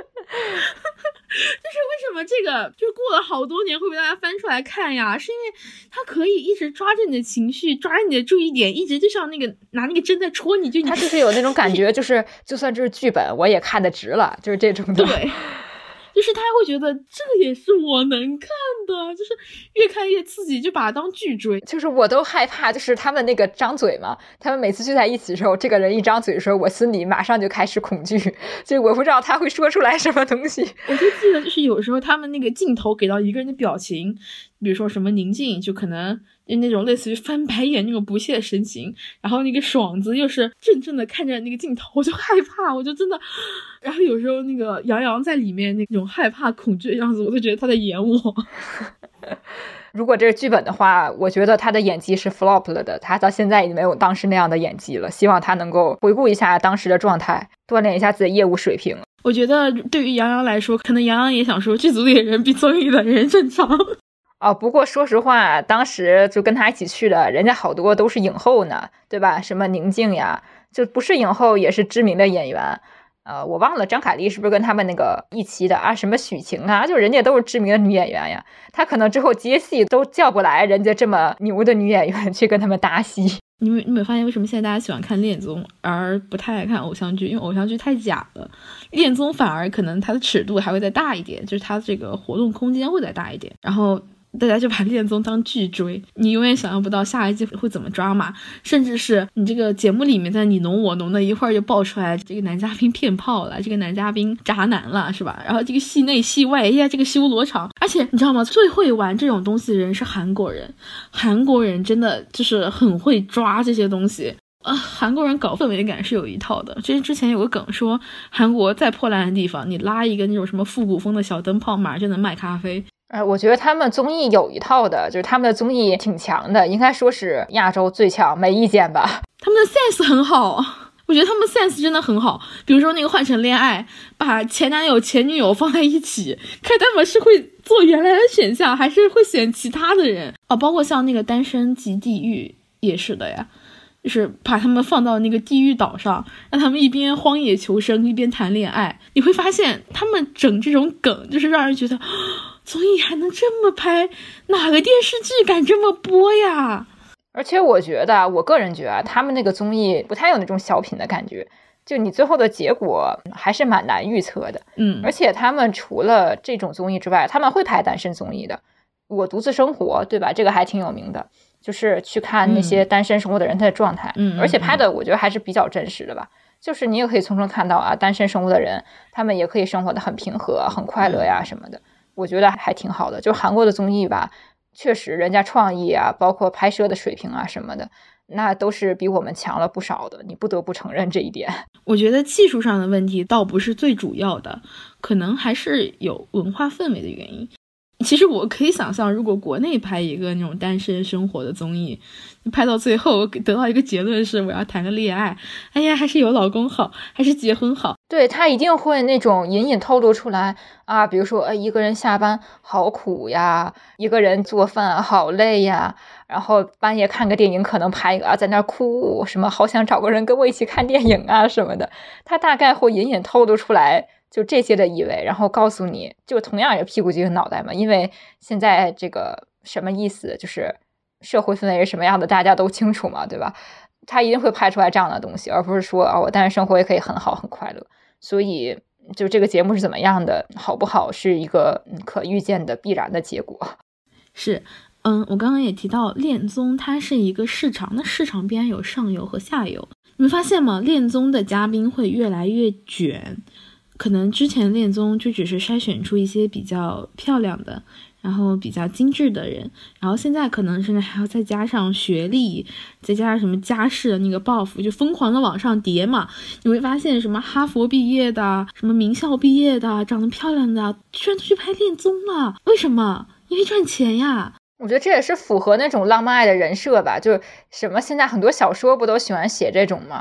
什么这个就过了好多年会被大家翻出来看呀？是因为它可以一直抓着你的情绪，抓着你的注意点，一直就像那个拿那个针在戳你，就你它就是有那种感觉，就是就算这是剧本，我也看得值了，就是这种的。 对。就是他会觉得这也是我能看的，就是越看越刺激，就把它当剧追。 就是我都害怕，就是他们那个张嘴嘛，他们每次聚在一起的时候，这个人一张嘴的时候，我心里马上就开始恐惧，就我不知道他会说出来什么东西。 我就记得就是有时候他们那个镜头给到一个人的表情，比如说什么宁静，就可能那种类似于翻白眼那种不屑的神情，然后那个爽子又是怔怔的看着那个镜头，我就害怕，我就真的。然后有时候那个杨洋在里面那种害怕恐惧的样子，我就觉得他在演我。 如果这是剧本的话，我觉得他的演技是 flop 了的，他到现在已经没有当时那样的演技了。希望他能够回顾一下当时的状态，锻炼一下自己的业务水平。 我觉得对于杨洋来说，可能杨洋也想说剧组里的人比综艺的人正常。 哦，不过说实话，当时就跟他一起去的人家好多都是影后呢，对吧？什么宁静呀，就不是影后也是知名的演员。呃，我忘了张凯丽是不是跟他们那个一期的啊？什么许晴啊，就人家都是知名的女演员呀。她可能之后接戏都叫不来人家这么牛的女演员去跟他们搭戏。 你们你有没有发现为什么现在大家喜欢看恋综而不太爱看偶像剧？因为偶像剧太假了，恋综反而可能它的尺度还会再大一点，就是它这个活动空间会再大一点。然后大家就把恋综当剧追，你永远想象不到下一季会怎么抓马，甚至是你这个节目里面在你侬我侬的，一会儿就爆出来这个男嘉宾骗炮了，这个男嘉宾渣男了，是吧？然后这个戏内戏外，哎呀，这个修罗场。而且你知道吗？最会玩这种东西的人是韩国人，韩国人真的就是很会抓这些东西。啊，韩国人搞氛围感是有一套的。其实之前有个梗说，韩国再破烂的地方，你拉一个那种什么复古风的小灯泡，马上就能卖咖啡。 呃，我觉得他们综艺有一套的，就是他们的综艺挺强的，应该说是亚洲最强，没意见吧？ 他们的 sense 很好，我觉得他们 sense 真的很好。比如说那个换成恋爱，把前男友前女友放在一起，看他们是会做原来的选项，还是会选其他的人啊？包括像那个单身即地狱也是的呀。就是把他们放到那个地狱岛上，让他们一边荒野求生一边谈恋爱。你会发现他们整这种梗就是让人觉得综艺还能这么拍，哪个电视剧敢这么播呀？ 而且我觉得我个人觉得他们那个综艺不太有那种小品的感觉，就你最后的结果还是蛮难预测的。 嗯， 而且他们除了这种综艺之外，他们会拍单身综艺的，我独自生活，对吧？这个还挺有名的，就是去看那些单身生活的人他的状态。 嗯， 而且拍的我觉得还是比较真实的吧。就是你也可以从中看到啊，单身生活的人他们也可以生活的很平和很快乐呀什么的，我觉得还挺好的。就韩国的综艺吧，确实人家创意啊，包括拍摄的水平啊什么的，那都是比我们强了不少的，你不得不承认这一点。 我觉得技术上的问题倒不是最主要的，可能还是有文化氛围的原因。其实我可以想象，如果国内拍一个那种单身生活的综艺，拍到最后得到一个结论是我要谈个恋爱，哎呀，还是有老公好，还是结婚好。 对，他一定会那种隐隐透露出来啊，比如说呃，一个人下班好苦呀，一个人做饭好累呀，然后半夜看个电影可能拍一个啊在那哭，什么好想找个人跟我一起看电影啊什么的，他大概会隐隐透露出来就这些的意味，然后告诉你就同样也屁股决定脑袋嘛，因为现在这个什么意思，就是社会氛围是什么样的大家都清楚嘛，对吧？他一定会拍出来这样的东西，而不是说啊我单身生活也可以很好很快乐。所以就这个节目是怎么样的好不好是一个可预见的必然的结果。 是嗯，我刚刚也提到恋综它是一个市场，那市场必然有上游和下游。你们发现吗？恋综的嘉宾会越来越卷，可能之前恋综就只是筛选出一些比较漂亮的然后比较精致的人，然后现在可能甚至还要再加上学历，再加上什么家世的那个抱负，就疯狂的往上叠嘛。你会发现什么哈佛毕业的，什么名校毕业的，长得漂亮的居然都去拍恋综了，为什么？因为赚钱呀。 我觉得这也是符合那种浪漫爱的人设吧，就是什么现在很多小说不都喜欢写这种吗？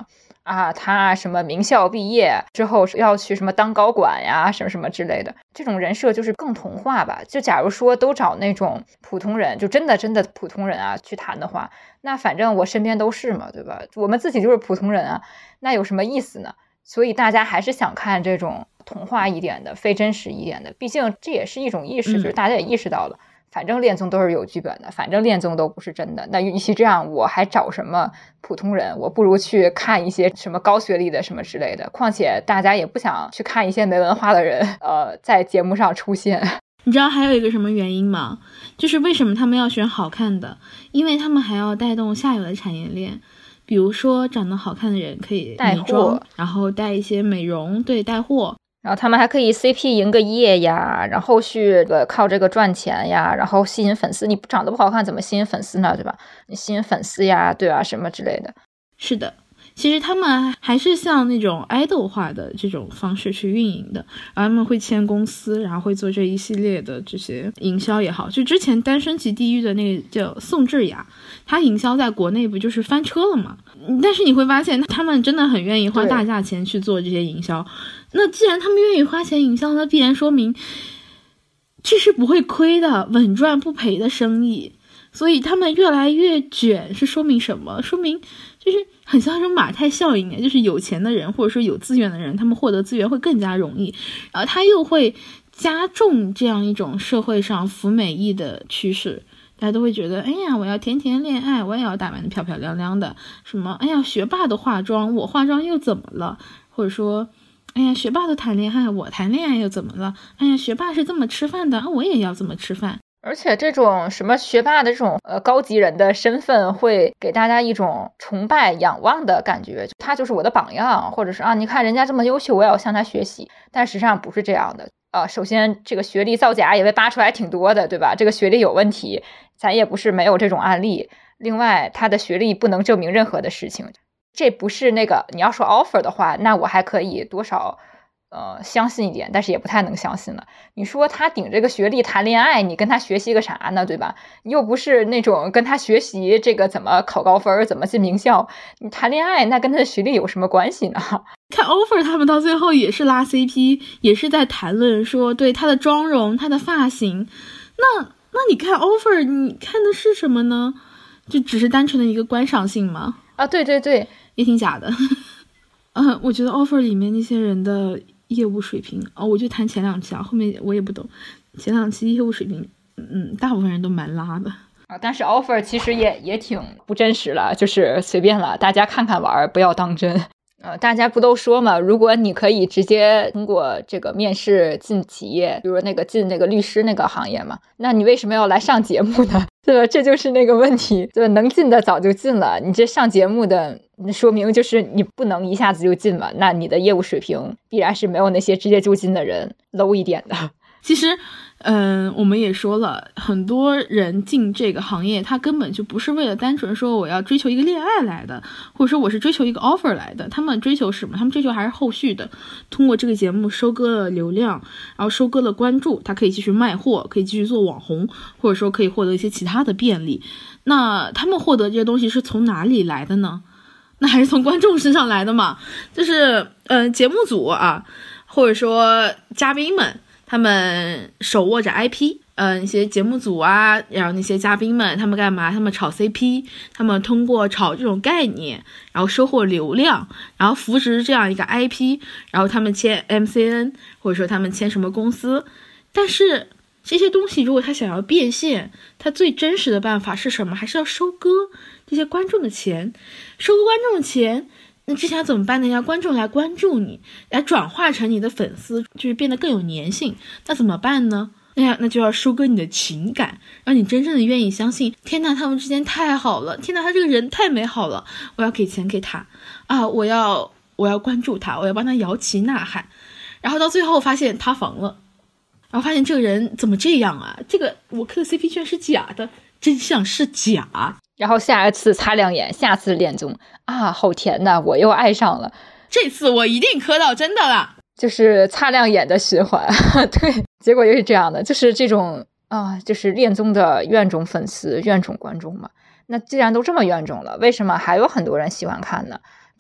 啊，他什么名校毕业之后要去什么当高管呀，什么什么之类的，这种人设就是更童话吧。就假如说都找那种普通人，就真的真的普通人啊去谈的话，那反正我身边都是嘛，对吧？我们自己就是普通人啊，那有什么意思呢？所以大家还是想看这种童话一点的、非真实一点的，毕竟这也是一种意识，就是大家也意识到了。嗯，反正恋综都是有剧本的，反正恋综都不是真的，那与其这样，我还找什么普通人？我不如去看一些什么高学历的什么之类的。况且大家也不想去看一些没文化的人，呃，在节目上出现。 你知道还有一个什么原因吗？就是为什么他们要选好看的？因为他们还要带动下游的产业链。比如说长得好看的人可以美妆，然后带一些美容，对，带货。 然后他们还可以 C P 赢个夜呀，然后后续的靠这个赚钱呀，然后吸引粉丝。你不长得不好看怎么吸引粉丝呢，对吧？你吸引粉丝呀，对啊，什么之类的。 是的，其实他们还是像那种爱豆化的这种方式去运营的，然后他们会签公司，然后会做这一系列的这些营销也好。就之前单身级地狱的那个叫宋智雅，他营销在国内不就是翻车了吗？但是你会发现他们真的很愿意花大价钱去做这些营销。那既然他们愿意花钱营销，那必然说明这是不会亏的，稳赚不赔的生意。所以他们越来越卷是说明什么？说明就是很像这种马太效应，就是有钱的人或者说有资源的人，他们获得资源会更加容易，然后他又会加重这样一种社会上服美役的趋势。大家都会觉得，哎呀，我要甜甜恋爱，我也要打扮得漂漂亮亮的。什么，哎呀，学霸都化妆，我化妆又怎么了？或者说，哎呀，学霸都谈恋爱，我谈恋爱又怎么了？哎呀，学霸是这么吃饭的，我也要这么吃饭。 而且这种什么学霸的这种呃高级人的身份，会给大家一种崇拜仰望的感觉，他就是我的榜样，或者是啊，你看人家这么优秀，我也要向他学习。但实际上不是这样的。呃，首先这个学历造假也被扒出来挺多的，对吧？这个学历有问题，咱也不是没有这种案例。另外，他的学历不能证明任何的事情，这不是那个你要说 offer 的话，那我还可以多少呃相信一点，但是也不太能相信了。你说他顶这个学历谈恋爱，你跟他学习个啥呢，对吧？你又不是那种跟他学习这个怎么考高分，怎么进名校，你谈恋爱那跟他的学历有什么关系呢？ 看 offer 他们到最后也是拉 C P， 也是在谈论说对他的妆容，他的发型。那那你看 offer 你看的是什么呢？就只是单纯的一个观赏性吗？ 啊，对对对， 也挺假的。嗯，我觉得 offer 里面那些人的业务水平，哦，我就谈前两期啊，后面我也不懂。前两期业务水平，嗯，大部分人都蛮拉的啊。但是 offer 其实也也挺不真实了，就是随便了，大家看看玩，不要当真。呃，大家不都说嘛，如果你可以直接通过这个面试进企业，比如那个进那个律师那个行业嘛，那你为什么要来上节目呢？对吧？这就是那个问题，对吧？能进的早就进了，你这上节目的，说明就是你不能一下子就进嘛，那你的业务水平必然是没有那些直接就进的人 low 一点的。 其实嗯，我们也说了，很多人进这个行业他根本就不是为了单纯说我要追求一个恋爱来的，或者说我是追求一个 offer 来的。他们追求什么？他们追求还是后续的，通过这个节目收割了流量，然后收割了关注，他可以继续卖货，可以继续做网红，或者说可以获得一些其他的便利。那他们获得这些东西是从哪里来的呢？那还是从观众身上来的嘛。就是呃，节目组啊，或者说嘉宾们，他们手握着 I P， 呃，一些节目组啊，然后那些嘉宾们，他们干嘛？他们炒 C P， 他们通过炒这种概念，然后收获流量，然后扶持这样一个 I P， 然后他们签 M C N， 或者说他们签什么公司。但是这些东西如果他想要变现，他最真实的办法是什么？还是要收割这些观众的钱，收割观众的钱。那之前怎么办呢？让观众来关注你，来转化成你的粉丝，就是变得更有粘性。那怎么办呢？那呀，那就要收割你的情感，让你真正的愿意相信，天哪，他们之间太好了，天哪，他这个人太美好了，我要给钱给他啊，我要我要关注他，我要帮他摇旗呐喊。然后到最后发现塌房了，然后发现这个人怎么这样啊？这个我磕的 C P 居然是假的，真相是假。 然后下一次擦亮眼，下次恋综啊，好甜呐，我又爱上了。 这次我一定磕到真的了， 就是擦亮眼的循环。对，结果又是这样的，就是这种啊，就是恋综的怨种粉丝、怨种观众嘛。那既然都这么怨种了，为什么还有很多人喜欢看呢？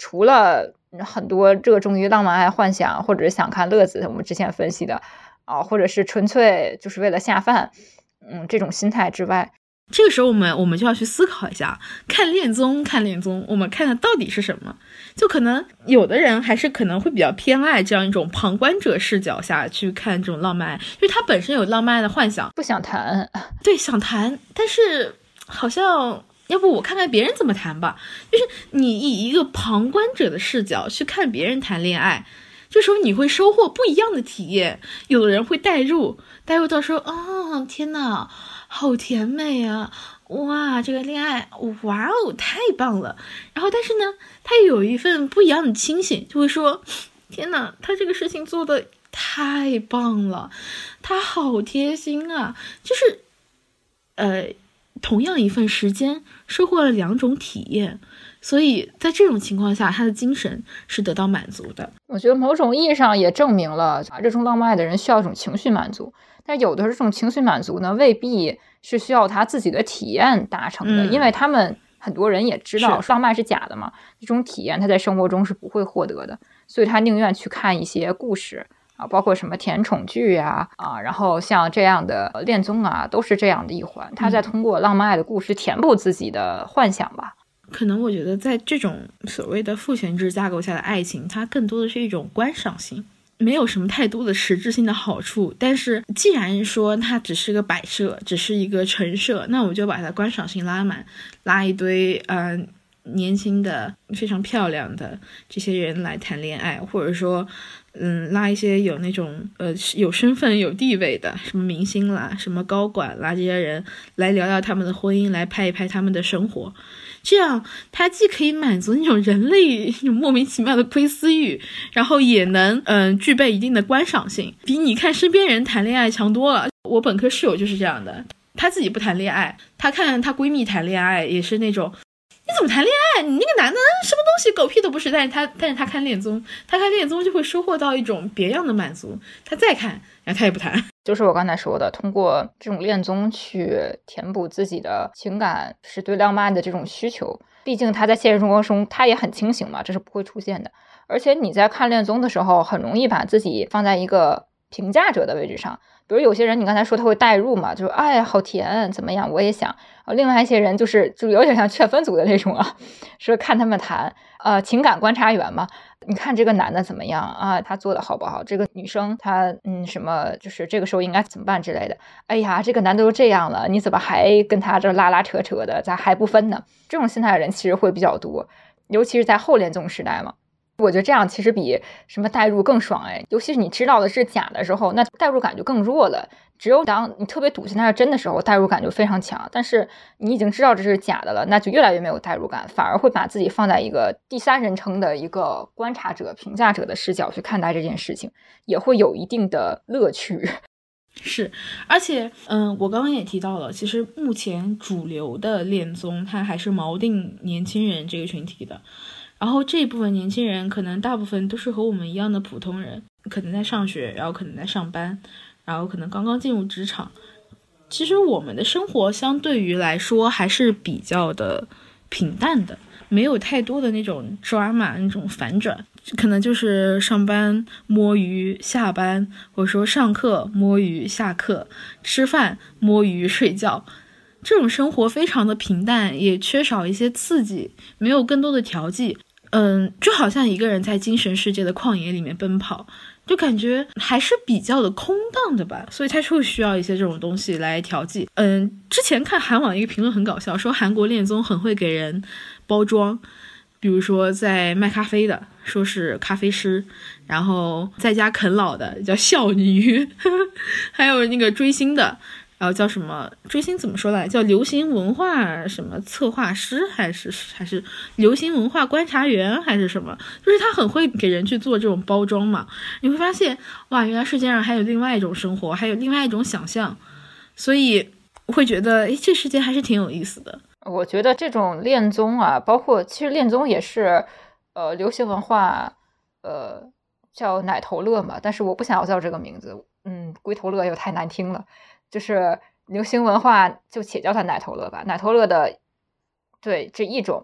除了很多热衷于浪漫爱幻想，或者是想看乐子，我们之前分析的啊，或者是纯粹就是为了下饭，嗯，这种心态之外， 这个时候我们我们就要去思考一下，看恋综看恋综，我们看的到底是什么？就可能有的人还是可能会比较偏爱这样一种旁观者视角下去看这种浪漫爱，因为他本身有浪漫爱的幻想， 不想谈， 对，想谈，但是好像要不我看看别人怎么谈吧，就是你以一个旁观者的视角去看别人谈恋爱，这时候你会收获不一样的体验。有的人会带入带入到说，哦天哪，好甜美啊，哇这个恋爱哇哦太棒了，然后但是呢他有一份不一样的清醒，就会说天哪，他这个事情做的太棒了，他好贴心啊，就是呃同样一份时间收获了两种体验，所以在这种情况下他的精神是得到满足的。 我觉得某种意义上也证明了热衷浪漫爱的人需要一种情绪满足，但有的这种情绪满足呢未必是需要他自己的体验达成的、嗯、因为他们很多人也知道浪漫是假的嘛，这种体验他在生活中是不会获得的，所以他宁愿去看一些故事啊，包括什么甜宠剧啊啊，然后像这样的恋综啊，都是这样的一环，他在通过浪漫爱的故事填补自己的幻想吧。 可能我觉得在这种所谓的父权制架构下的爱情，它更多的是一种观赏性，没有什么太多的实质性的好处，但是既然说它只是个摆设，只是一个陈设，那我就把它观赏性拉满，拉一堆呃年轻的非常漂亮的这些人来谈恋爱，或者说嗯拉一些有那种呃有身份有地位的什么明星啦，什么高管啦，这些人来聊聊他们的婚姻，来拍一拍他们的生活，这样它既可以满足那种人类那种莫名其妙的窥私欲，然后也能嗯、呃、具备一定的观赏性，比你看身边人谈恋爱强多了。我本科室友就是这样的，她自己不谈恋爱，她看她闺蜜谈恋爱也是那种你怎么谈恋爱，你那个男的什么东西狗屁都不是，但是他但是他看恋综，他看恋综就会收获到一种别样的满足，他再看然后他也不谈。 就是我刚才说的，通过这种恋综去填补自己的情感，是对浪漫的这种需求，毕竟他在现实生活中他也很清醒嘛，这是不会出现的。而且你在看恋综的时候很容易把自己放在一个评价者的位置上，比如有些人你刚才说他会代入嘛，就是哎好甜怎么样我也想，另外一些人就是就有点像劝分组的那种啊，说看他们谈呃情感观察员嘛，你看这个男的怎么样啊，他做的好不好，这个女生她嗯什么就是这个时候应该怎么办之类的，哎呀这个男的都这样了，你怎么还跟他这拉拉扯扯的，咋还不分呢？这种心态的人其实会比较多，尤其是在后恋综时代嘛。我觉得这样其实比什么代入更爽哎，尤其是你知道的是假的时候，那代入感就更弱了。只有当你特别笃信它是真的时候，代入感就非常强。但是你已经知道这是假的了，那就越来越没有代入感，反而会把自己放在一个第三人称的一个观察者、评价者的视角去看待这件事情，也会有一定的乐趣。 是，而且嗯，我刚刚也提到了，其实目前主流的恋综它还是锚定年轻人这个群体的。然后这一部分年轻人可能大部分都是和我们一样的普通人，可能在上学，然后可能在上班，然后可能刚刚进入职场。其实我们的生活相对于来说还是比较的平淡的，没有太多的那种 drama 那种反转，可能就是上班摸鱼，下班或者说上课摸鱼，下课吃饭摸鱼睡觉，这种生活非常的平淡，也缺少一些刺激，没有更多的调剂。嗯，就好像一个人在精神世界的旷野里面奔跑，就感觉还是比较的空荡的吧，所以他是会需要一些这种东西来调剂。嗯，之前看韩网一个评论很搞笑，说韩国恋综很会给人包装，比如说在卖咖啡的说是咖啡师，然后在家啃老的叫孝女还有那个追星的然后叫什么追星怎么说来，叫流行文化什么策划师，还是还是流行文化观察员，还是什么，就是他很会给人去做这种包装嘛。你会发现哇，原来世界上还有另外一种生活，还有另外一种想象，所以我会觉得诶，这世界还是挺有意思的。 我觉得这种恋综啊，包括其实恋综也是呃流行文化，呃叫奶头乐嘛，但是我不想要叫这个名字，嗯龟头乐又太难听了，就是流行文化就且叫它奶头乐吧，奶头乐的对这一种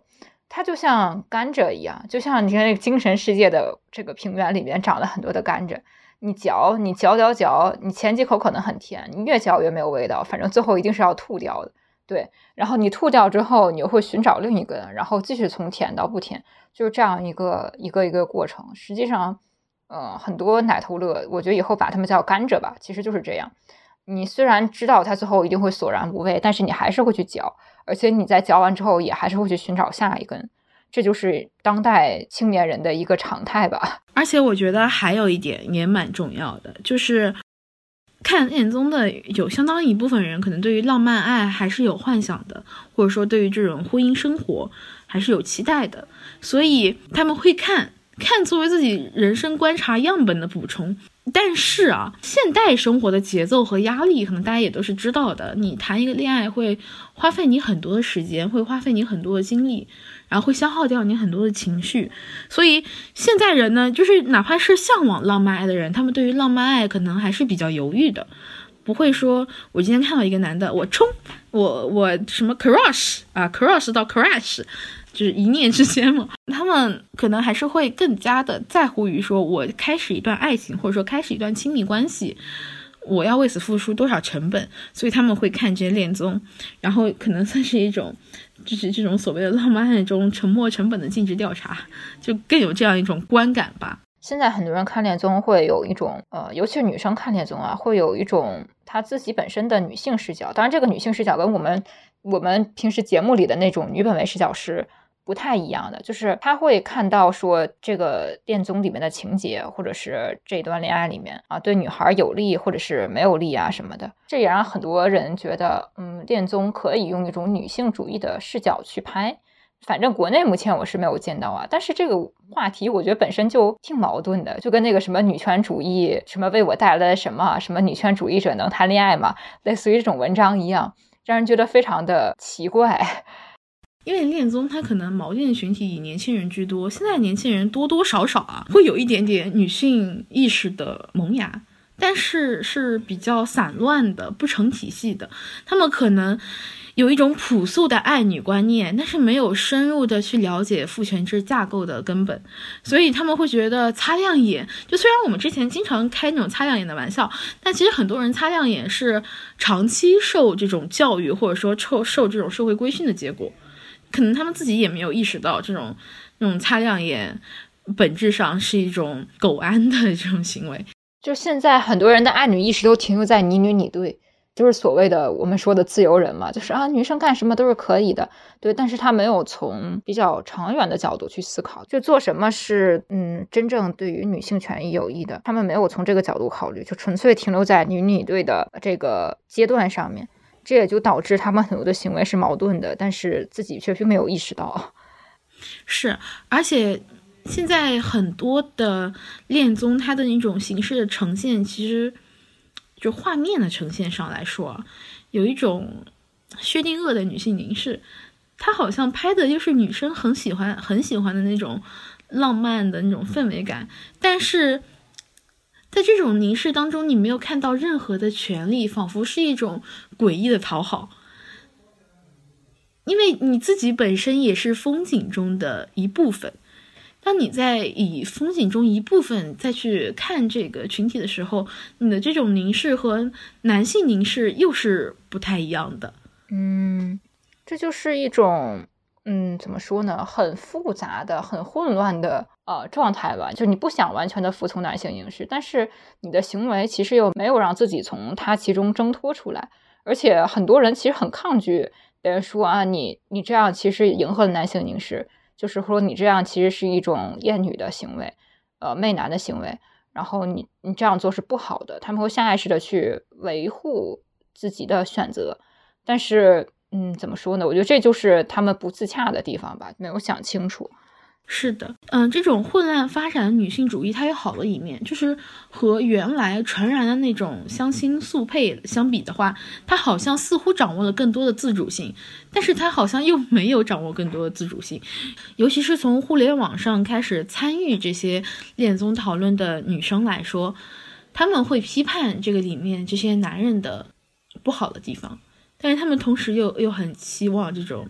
它就像甘蔗一样，就像你看那个精神世界的这个平原里面长了很多的甘蔗，你嚼你嚼嚼嚼，你前几口可能很甜，你越嚼越没有味道，反正最后一定是要吐掉的。对，然后你吐掉之后，你又会寻找另一个，然后继续从甜到不甜，就是这样一个一个一个过程。实际上，呃，很多奶头乐，我觉得以后把它们叫甘蔗吧，其实就是这样。你虽然知道它最后一定会索然无味，但是你还是会去嚼，而且你在嚼完之后也还是会去寻找下一根，这就是当代青年人的一个常态吧。 而且我觉得还有一点也蛮重要的，就是看恋综的有相当一部分人可能对于浪漫爱还是有幻想的，或者说对于这种婚姻生活还是有期待的，所以他们会看看作为自己人生观察样本的补充。但是啊，现代生活的节奏和压力可能大家也都是知道的，你谈一个恋爱会花费你很多的时间，会花费你很多的精力，然后会消耗掉你很多的情绪。所以现在人呢，就是哪怕是向往浪漫爱的人，他们对于浪漫爱可能还是比较犹豫的，不会说我今天看到一个男的我冲，我我什么 crush 啊 crush 到 crash，就是一念之间嘛，他们可能还是会更加的在乎于说我开始一段爱情，或者说开始一段亲密关系，我要为此付出多少成本，所以他们会看这些恋综，然后可能算是一种就是这种所谓的浪漫爱中沉没成本的尽职调查，就更有这样一种观感吧。 现在很多人看恋综会有一种呃，尤其是女生看恋综啊，会有一种她自己本身的女性视角，当然这个女性视角跟我们我们平时节目里的那种女本位视角是不太一样的，就是他会看到说这个恋综里面的情节，或者是这段恋爱里面啊对女孩有利或者是没有利啊什么的，这也让很多人觉得嗯，恋综可以用一种女性主义的视角去拍。反正国内目前我是没有见到啊，但是这个话题我觉得本身就挺矛盾的，就跟那个什么女权主义什么为我带来了什么什么女权主义者能谈恋爱吗，类似于这种文章一样，让人觉得非常的奇怪。 因为恋综它可能锚定的群体以年轻人居多，现在年轻人多多少少啊会有一点点女性意识的萌芽，但是是比较散乱的，不成体系的，他们可能有一种朴素的爱女观念，但是没有深入的去了解父权制架构的根本，所以他们会觉得擦亮眼。就虽然我们之前经常开那种擦亮眼的玩笑，但其实很多人擦亮眼是长期受这种教育或者说受受这种社会规训的结果，可能他们自己也没有意识到这种那种擦亮眼本质上是一种苟安的这种行为。 就现在很多人的爱女意识都停留在你女你对，就是所谓的我们说的自由人嘛，就是啊女生干什么都是可以的，对，但是他没有从比较长远的角度去思考，就做什么是嗯真正对于女性权益有益的，他们没有从这个角度考虑，就纯粹停留在女女对的这个阶段上面，这也就导致他们很多的行为是矛盾的，但是自己却并没有意识到。 是，而且现在很多的恋综它的那种形式的呈现，其实就画面的呈现上来说，有一种薛定谔的女性凝视，它好像拍的就是女生很喜欢很喜欢的那种浪漫的那种氛围感，但是在这种凝视当中，你没有看到任何的权利，仿佛是一种诡异的讨好，因为你自己本身也是风景中的一部分。当你在以风景中一部分再去看这个群体的时候，你的这种凝视和男性凝视又是不太一样的。 嗯，这就是一种嗯，怎么说呢，很复杂的很混乱的呃状态吧，就你不想完全的服从男性凝视，但是你的行为其实又没有让自己从他其中挣脱出来，而且很多人其实很抗拒别人说啊你你这样其实迎合了男性凝视，就是说你这样其实是一种厌女的行为，呃媚男的行为，然后你你这样做是不好的，他们会下意识的去维护自己的选择，但是嗯，怎么说呢？我觉得这就是他们不自洽的地方吧，没有想清楚。 是的，嗯，这种混乱发展的女性主义，它有好的一面，就是和原来传染的那种相亲速配相比的话，它好像似乎掌握了更多的自主性，但是它好像又没有掌握更多的自主性。尤其是从互联网上开始参与这些恋综讨论的女生来说，她们会批判这个里面这些男人的不好的地方，但是他们同时又又很期望这种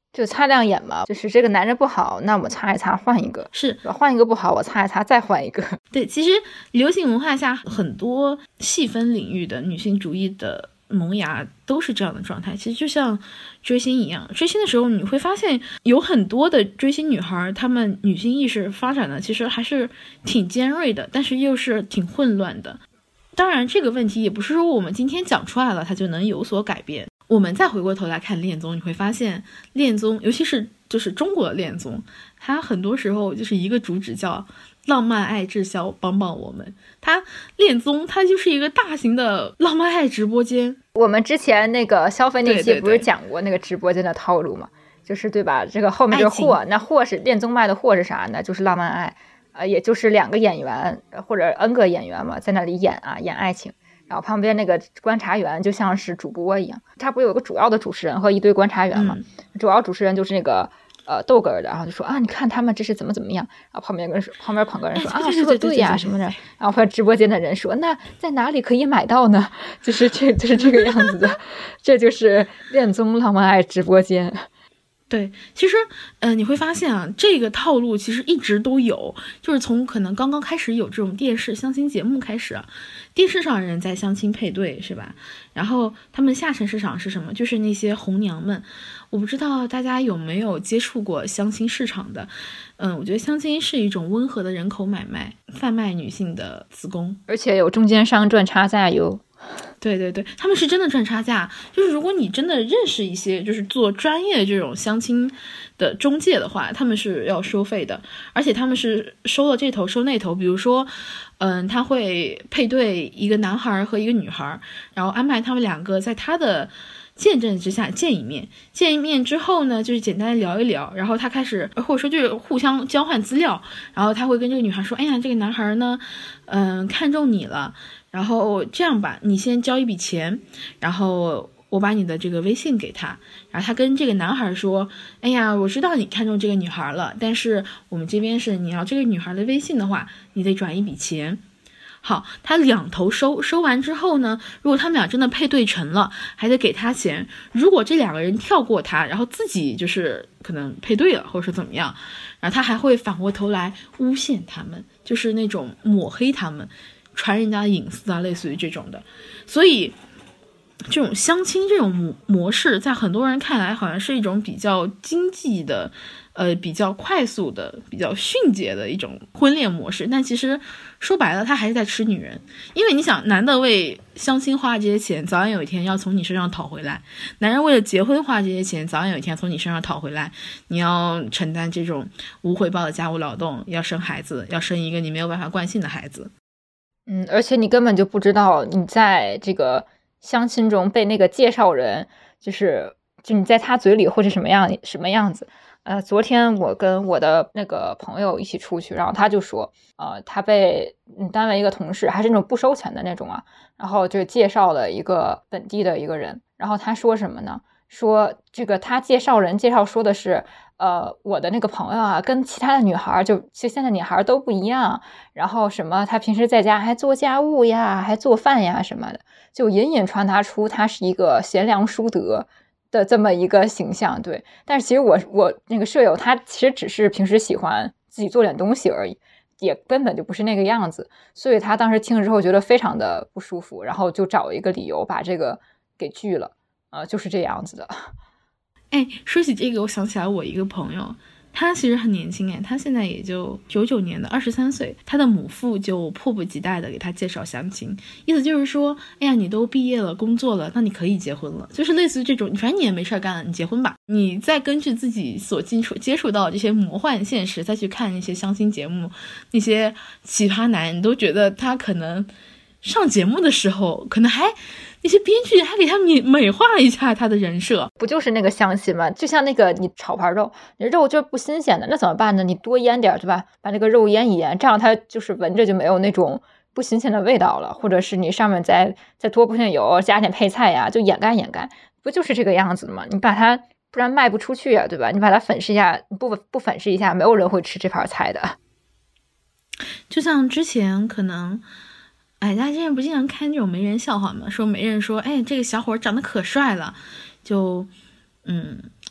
就擦亮眼嘛，就是这个男人不好，那我擦一擦换一个， 是换一个不好，我擦一擦再换一个。 对，其实流行文化下很多细分领域的女性主义的萌芽都是这样的状态。其实就像追星一样，追星的时候你会发现有很多的追星女孩，她们女性意识发展的其实还是挺尖锐的，但是又是挺混乱的。当然这个问题也不是说我们今天讲出来了它就能有所改变。我们再回过头来看恋综，你会发现恋综尤其是就是中国的恋综，它很多时候就是一个主旨叫浪漫爱滞销帮帮我们，它恋综它就是一个大型的浪漫爱直播间。 我们之前那个消费那期对对对不是讲过那个直播间的套路吗？就是对吧，这个后面这个货，那货是恋综卖的货是啥呢？就是浪漫爱，呃，也就是两个演员或者 N 个演员嘛，在那里演啊演爱情，然后旁边那个观察员就像是主播一样，他不是有个主要的主持人和一堆观察员嘛、嗯、主要主持人就是那个呃逗哏的，然后就说啊你看他们这是怎么怎么样，然后旁边跟旁边捧个人说、哎、啊说的对呀什么的，然后旁边直播间的人说那在哪里可以买到呢？就是这就是这个样子的这就是恋综浪漫爱直播间。 对，其实呃你会发现啊，这个套路其实一直都有，就是从可能刚刚开始有这种电视相亲节目开始啊，电视上人在相亲配对是吧，然后他们下沉市场是什么，就是那些红娘们。我不知道大家有没有接触过相亲市场的，嗯，我觉得相亲是一种温和的人口买卖，贩卖女性的子宫， 而且有中间商赚差价哟。 对对对，他们是真的赚差价，就是如果你真的认识一些就是做专业这种相亲的中介的话，他们是要收费的，而且他们是收了这头收那头。比如说嗯，他会配对一个男孩和一个女孩，然后安排他们两个在他的见证之下见一面，见一面之后呢就是简单的聊一聊，然后他开始或者说就是互相交换资料，然后他会跟这个女孩说，哎呀这个男孩呢嗯看中你了，然后这样吧，你先交一笔钱，然后我把你的这个微信给他，然后他跟这个男孩说，哎呀我知道你看中这个女孩了，但是我们这边是你要这个女孩的微信的话你得转一笔钱。好，他两头收，收完之后呢，如果他们俩真的配对成了还得给他钱，如果这两个人跳过他，然后自己就是可能配对了或者是怎么样，然后他还会反过头来诬陷他们，就是那种抹黑他们，传人家的隐私啊，类似于这种的。所以这种相亲这种模式在很多人看来好像是一种比较经济的呃，比较快速的比较迅捷的一种婚恋模式，但其实说白了他还是在吃女人。因为你想，男的为相亲花这些钱早晚有一天要从你身上讨回来，男人为了结婚花这些钱早晚有一天从你身上讨回来，你要承担这种无回报的家务劳动，要生孩子，要生一个你没有办法惯性的孩子。 嗯，而且你根本就不知道你在这个相亲中被那个介绍人就是就你在他嘴里会是什么样什么样子。呃，昨天我跟我的那个朋友一起出去，然后他就说，呃，他被单位一个同事，还是那种不收钱的那种啊，然后就介绍了一个本地的一个人，然后他说什么呢？说这个他介绍人介绍说的是，呃，我的那个朋友啊，跟其他的女孩就其实现在女孩都不一样，然后什么他平时在家还做家务呀，还做饭呀什么的，就隐隐传达出他是一个贤良淑德的这么一个形象。对，但是其实我我那个舍友他其实只是平时喜欢自己做点东西而已，也根本就不是那个样子，所以他当时听了之后觉得非常的不舒服，然后就找一个理由把这个给拒了，呃，就是这样子的。 哎，说起这个我想起来我一个朋友，他其实很年轻哎，他现在也就九九年的二十三岁，他的母父就迫不及待的给他介绍相亲，意思就是说，哎呀，你都毕业了工作了，那你可以结婚了，就是类似于这种，反正你也没事干了，你结婚吧。你再根据自己所接触接触到的这些魔幻现实再去看那些相亲节目，那些奇葩男，你都觉得他可能上节目的时候可能还那些编剧还给他美美化一下他的人设。 不就是那个相亲吗？就像那个你炒盘肉，你肉就不新鲜的，那怎么办呢？你多腌点对吧，把那个肉腌一腌，这样它就是闻着就没有那种不新鲜的味道了，或者是你上面再再多泼点油，加点配菜呀，就掩盖掩盖，不就是这个样子吗？你把它不然卖不出去呀，对吧？你把它粉饰一下，不不粉饰一下，没有人会吃这盘菜的。 就像之前可能哎，大家之前不经常看这种媒人笑话吗？说媒人说，哎，这个小伙长得可帅了，就，嗯，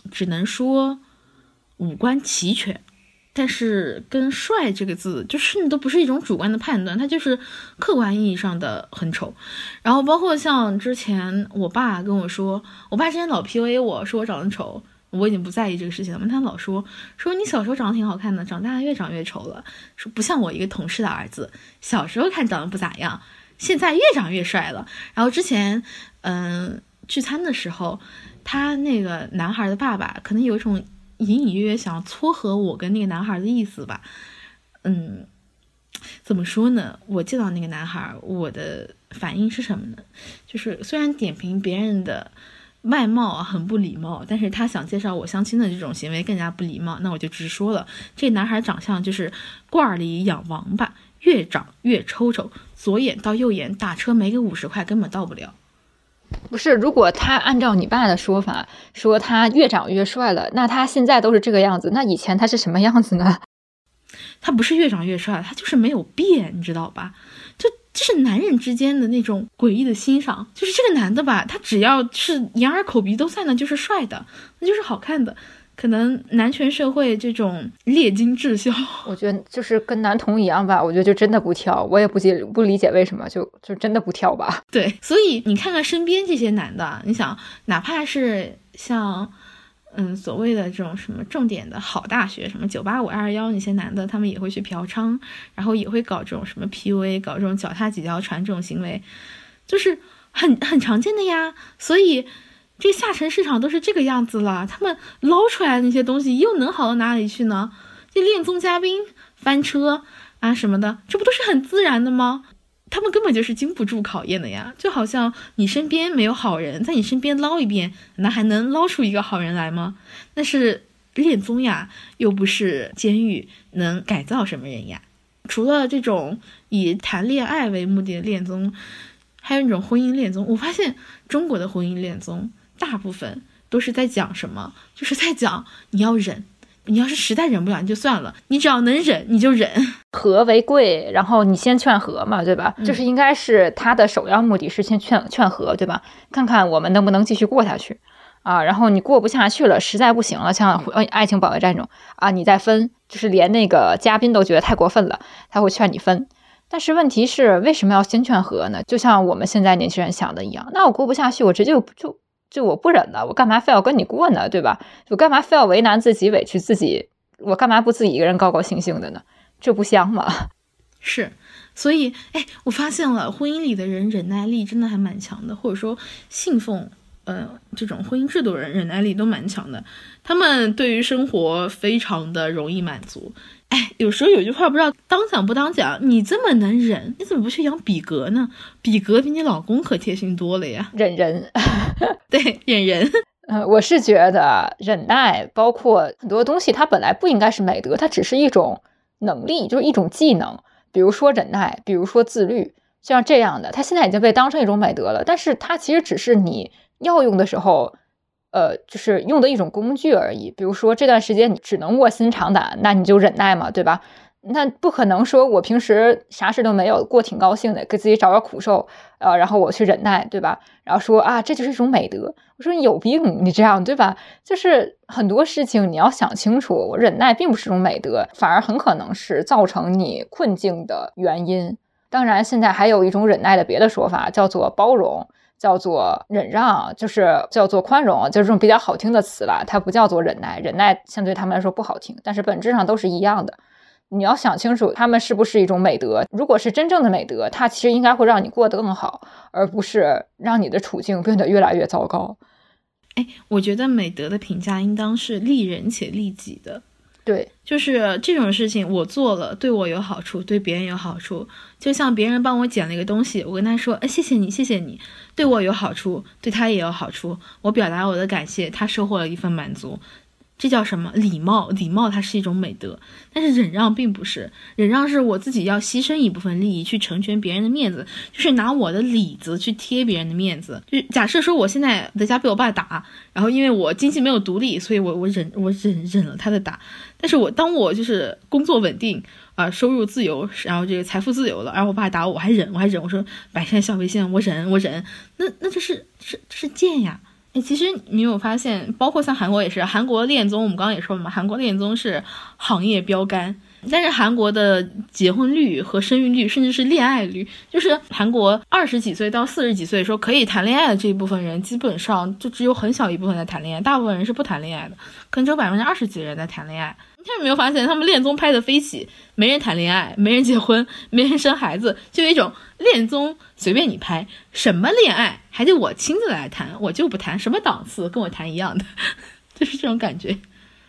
只能说五官齐全，但是跟帅这个字就甚至都不是一种主观的判断，它就是客观意义上的很丑。然后包括像之前我爸跟我说，我爸之前老 P U A 我说我长得丑，我已经不在意这个事情了嘛，他老说说你小时候长得挺好看的，长大越长越丑了，说不像我一个同事的儿子，小时候看长得不咋样，现在越长越帅了。然后之前嗯聚餐的时候，他那个男孩的爸爸可能有一种隐隐约约想撮合我跟那个男孩的意思吧。嗯，怎么说呢？我见到那个男孩，我的反应是什么呢？就是虽然点评别人的外貌啊很不礼貌，但是他想介绍我相亲的这种行为更加不礼貌，那我就直说了，这男孩长相就是罐里养王八，越长越抽抽，左眼到右眼打车没个五十块根本到不了。 不是，如果他按照你爸的说法说他越长越帅了，那他现在都是这个样子，那以前他是什么样子呢？ 他不是越长越帅，他就是没有变，你知道吧？就这是男人之间的那种诡异的欣赏，就是这个男的吧，他只要是眼耳口鼻都在呢，就是帅的，那就是好看的。可能男权社会这种劣金滞销， 我觉得就是跟男同一样吧，我觉得就真的不挑，我也不解不理解为什么就就真的不挑吧。 对，所以你看看身边这些男的，你想哪怕是像嗯所谓的这种什么重点的好大学，什么九八五二二幺那些男的，他们也会去嫖娼，然后也会搞这种什么 P U A， 搞这种脚踏几条船这种行为，就是很很常见的呀。所以这下沉市场都是这个样子了，他们捞出来的那些东西又能好到哪里去呢？这恋综嘉宾翻车啊什么的，这不都是很自然的吗？他们根本就是经不住考验的呀。就好像你身边没有好人，在你身边捞一遍，那还能捞出一个好人来吗？那是恋综呀，又不是监狱，能改造什么人呀？除了这种以谈恋爱为目的的恋综，还有那种婚姻恋综。我发现中国的婚姻恋综大部分都是在讲什么？就是在讲你要忍，你要是实在忍不了你就算了，你只要能忍你就忍。 和为贵，然后你先劝和嘛，对吧？嗯、就是应该是他的首要目的是先劝劝和，对吧？看看我们能不能继续过下去啊。然后你过不下去了，实在不行了，像爱情保卫战这种啊，你再分，就是连那个嘉宾都觉得太过分了，他会劝你分。但是问题是为什么要先劝和呢？就像我们现在年轻人想的一样，那我过不下去，我直接就就就我不忍了，我干嘛非要跟你过呢？对吧？我干嘛非要为难自己委屈自己？我干嘛不自己一个人高高兴兴的呢？这不香吗？ 是，所以哎，我发现了婚姻里的人忍耐力真的还蛮强的，或者说信奉呃这种婚姻制度的人忍耐力都蛮强的，他们对于生活非常的容易满足。哎，有时候有句话不知道当讲不当讲，你这么能忍，你怎么不去养比格呢？比格比你老公可贴心多了呀。 忍人对，忍人。 呃，我是觉得忍耐包括很多东西它本来不应该是美德，它只是一种能力，就是一种技能。比如说忍耐，比如说自律，像这样的它现在已经被当成一种美德了，但是它其实只是你要用的时候呃，就是用的一种工具而已。比如说这段时间你只能卧薪尝胆，那你就忍耐嘛，对吧？那不可能说我平时啥事都没有，过挺高兴的，给自己找点苦受，呃，然后我去忍耐，对吧？然后说啊，这就是一种美德。我说你有病，你这样，对吧？就是很多事情你要想清楚，我忍耐并不是一种美德，反而很可能是造成你困境的原因。当然，现在还有一种忍耐的别的说法，叫做包容，叫做忍让，就是叫做宽容，就是这种比较好听的词啦，它不叫做忍耐。忍耐相对他们来说不好听，但是本质上都是一样的。你要想清楚他们是不是一种美德，如果是真正的美德，它其实应该会让你过得更好，而不是让你的处境变得越来越糟糕。 哎，我觉得美德的评价应当是利人且利己的。 对， 就是这种事情我做了对我有好处，对别人有好处。就像别人帮我捡了一个东西，我跟他说哎，谢谢你谢谢你，对我有好处，对他也有好处，我表达我的感谢，他收获了一份满足。这叫什么？礼貌。礼貌它是一种美德，但是忍让并不是。忍让是我自己要牺牲一部分利益去成全别人的面子，就是拿我的里子去贴别人的面子。就假设说我现在在家被我爸打，然后因为我经济没有独立，所以我我忍我忍忍了他的打。但是我当我就是工作稳定啊、呃，收入自由，然后这个财富自由了，然后我爸打我，我还忍我还忍，我说百善孝为先，我忍我忍。那那这是是这是贱呀。 哎，其实你有发现，包括像韩国也是，韩国恋综我们刚刚也说了嘛，韩国恋综是行业标杆。但是韩国的结婚率和生育率，甚至是恋爱率，就是韩国二十几岁到四十几岁的时候可以谈恋爱的这一部分人，基本上就只有很小一部分在谈恋爱，大部分人是不谈恋爱的，可能只有百分之二十几人在谈恋爱。你看有没有发现，他们恋综拍的飞起，没人谈恋爱，没人结婚，没人生孩子，就有一种恋综随便你拍，什么恋爱还得我亲自来谈，我就不谈，什么档次跟我谈一样的，就是这种感觉。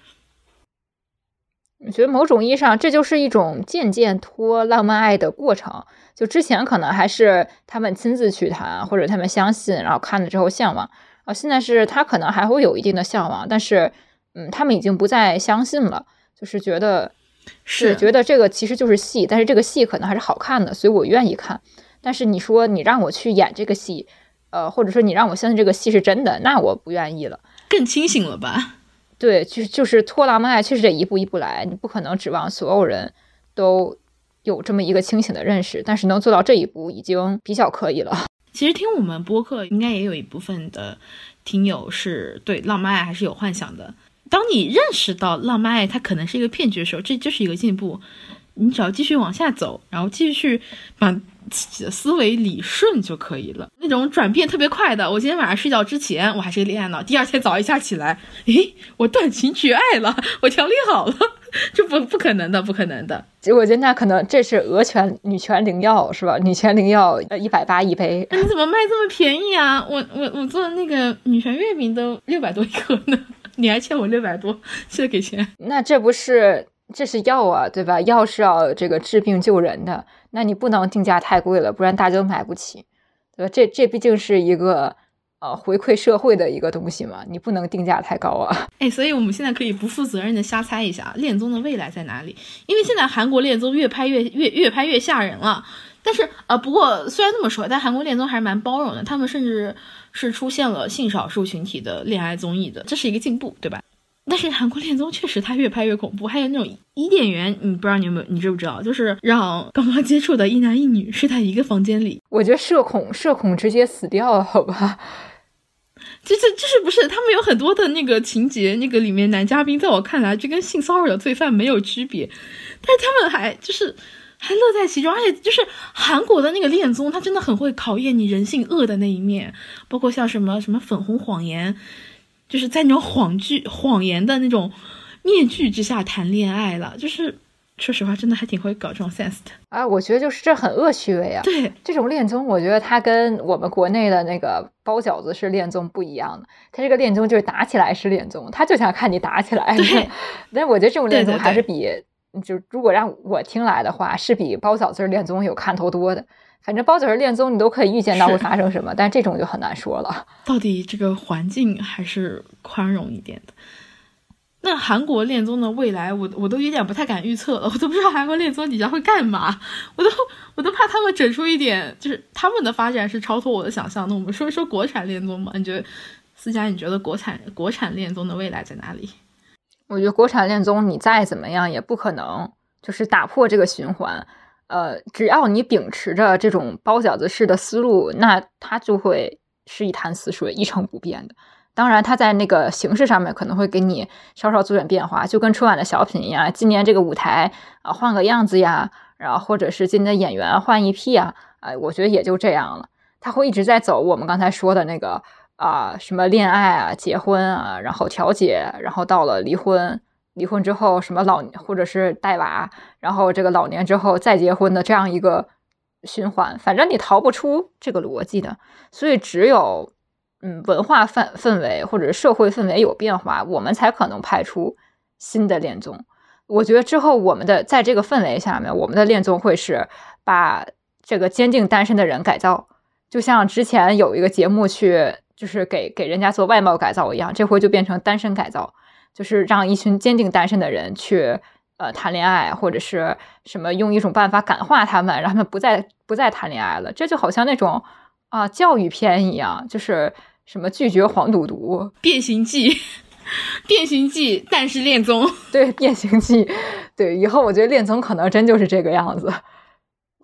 我觉得某种意义上这就是一种渐渐脱浪漫爱的过程，就之前可能还是他们亲自去谈，或者他们相信然后看了之后向往，啊，现在是他可能还会有一定的向往，但是嗯，他们已经不再相信了，就是觉得是觉得这个其实就是戏，但是这个戏可能还是好看的，所以我愿意看。但是你说你让我去演这个戏，呃，或者说你让我相信这个戏是真的，那我不愿意了。 更清醒了吧？ 对，就就是脱浪漫爱确实得一步一步来，你不可能指望所有人都有这么一个清醒的认识，但是能做到这一步已经比较可以了。 其实听我们播客应该也有一部分的听友是对浪漫爱还是有幻想的，当你认识到浪漫爱它可能是一个骗局的时候，这就是一个进步，你只要继续往下走，然后继续把自己的思维理顺就可以了。那种转变特别快的，我今天晚上睡觉之前我还是个恋爱脑，第二天早一下起来，诶，我断情绝爱了，我调理好了，这不不可能的，不可能的。 结果人家可能这是俄拳女权灵药是吧？女权灵药呃一百八一杯， 那你怎么卖这么便宜啊？我我我做那个女权月饼都六百多一颗呢，你还欠我六百多，记得给钱。 那这不是这是药啊，对吧？药是要这个治病救人的，那你不能定价太贵了，不然大家都买不起，对吧？这这毕竟是一个呃回馈社会的一个东西嘛，你不能定价太高啊。 哎，所以我们现在可以不负责任的瞎猜一下恋综的未来在哪里，因为现在韩国恋综越拍越越越拍越吓人了。但是呃，不过虽然这么说，但韩国恋综还是蛮包容的，他们甚至是出现了性少数群体的恋爱综艺的，这是一个进步，对吧？但是韩国恋综确实它越拍越恐怖，还有那种伊甸园，你不知道你有没有，你知不知道？就是让刚刚接触的一男一女睡在一个房间里， 我觉得社恐社恐直接死掉了，好吧？ 这这这是不是他们有很多的那个情节，那个里面男嘉宾在我看来就跟性骚扰的罪犯没有区别，但是他们还就是还乐在其中，而且就是韩国的那个恋综，它真的很会考验你人性恶的那一面，包括像什么什么粉红谎言。就是在那种谎剧、谎言的那种面具之下谈恋爱了，就是说实话，真的还挺会搞这种 sense 的啊！我觉得就是这很恶趣味啊。 对， 这种恋综，我觉得它跟我们国内的那个包饺子式恋综不一样的。它这个恋综就是打起来是恋综，他就想看你打起来。 对， 但我觉得这种恋综还是比，对对对就如果让我听来的话，是比包饺子式恋综有看头多的。反正包饺子恋综你都可以预见到会发生什么，但这种就很难说了。 到底这个环境还是宽容一点的。那韩国恋综的未来，我我都有点不太敢预测了，我都不知道韩国恋综底下会干嘛，我都我都怕他们整出一点，就是他们的发展是超脱我的想象。那我们说一说国产恋综嘛？你觉得思佳，你觉得国产国产恋综的未来在哪里？ 我觉得国产恋综你再怎么样也不可能就是打破这个循环。呃，只要你秉持着这种包饺子式的思路，那它就会是一潭死水，一成不变的。当然，它在那个形式上面可能会给你稍稍做点变化，就跟春晚的小品一样，今年这个舞台啊换个样子呀，然后或者是今年的演员换一批啊，哎、呃，我觉得也就这样了。它会一直在走我们刚才说的那个啊、呃，什么恋爱啊、结婚啊，然后调解，然后到了离婚。离婚之后什么老或者是带娃，然后这个老年之后再结婚的这样一个循环，反正你逃不出这个逻辑的。所以只有嗯文化氛氛围或者是社会氛围有变化，我们才可能拍出新的恋综。我觉得之后我们的在这个氛围下面，我们的恋综会是把这个坚定单身的人改造，就像之前有一个节目去就是给给人家做外貌改造一样，这回就变成单身改造。就是让一群坚定单身的人去呃谈恋爱，或者是什么用一种办法感化他们，让他们不再不再谈恋爱了。这就好像那种啊、呃、教育片一样，就是什么拒绝黄赌毒、 变形记、变形记，但是恋综， 对变形记，对以后我觉得恋综可能真就是这个样子。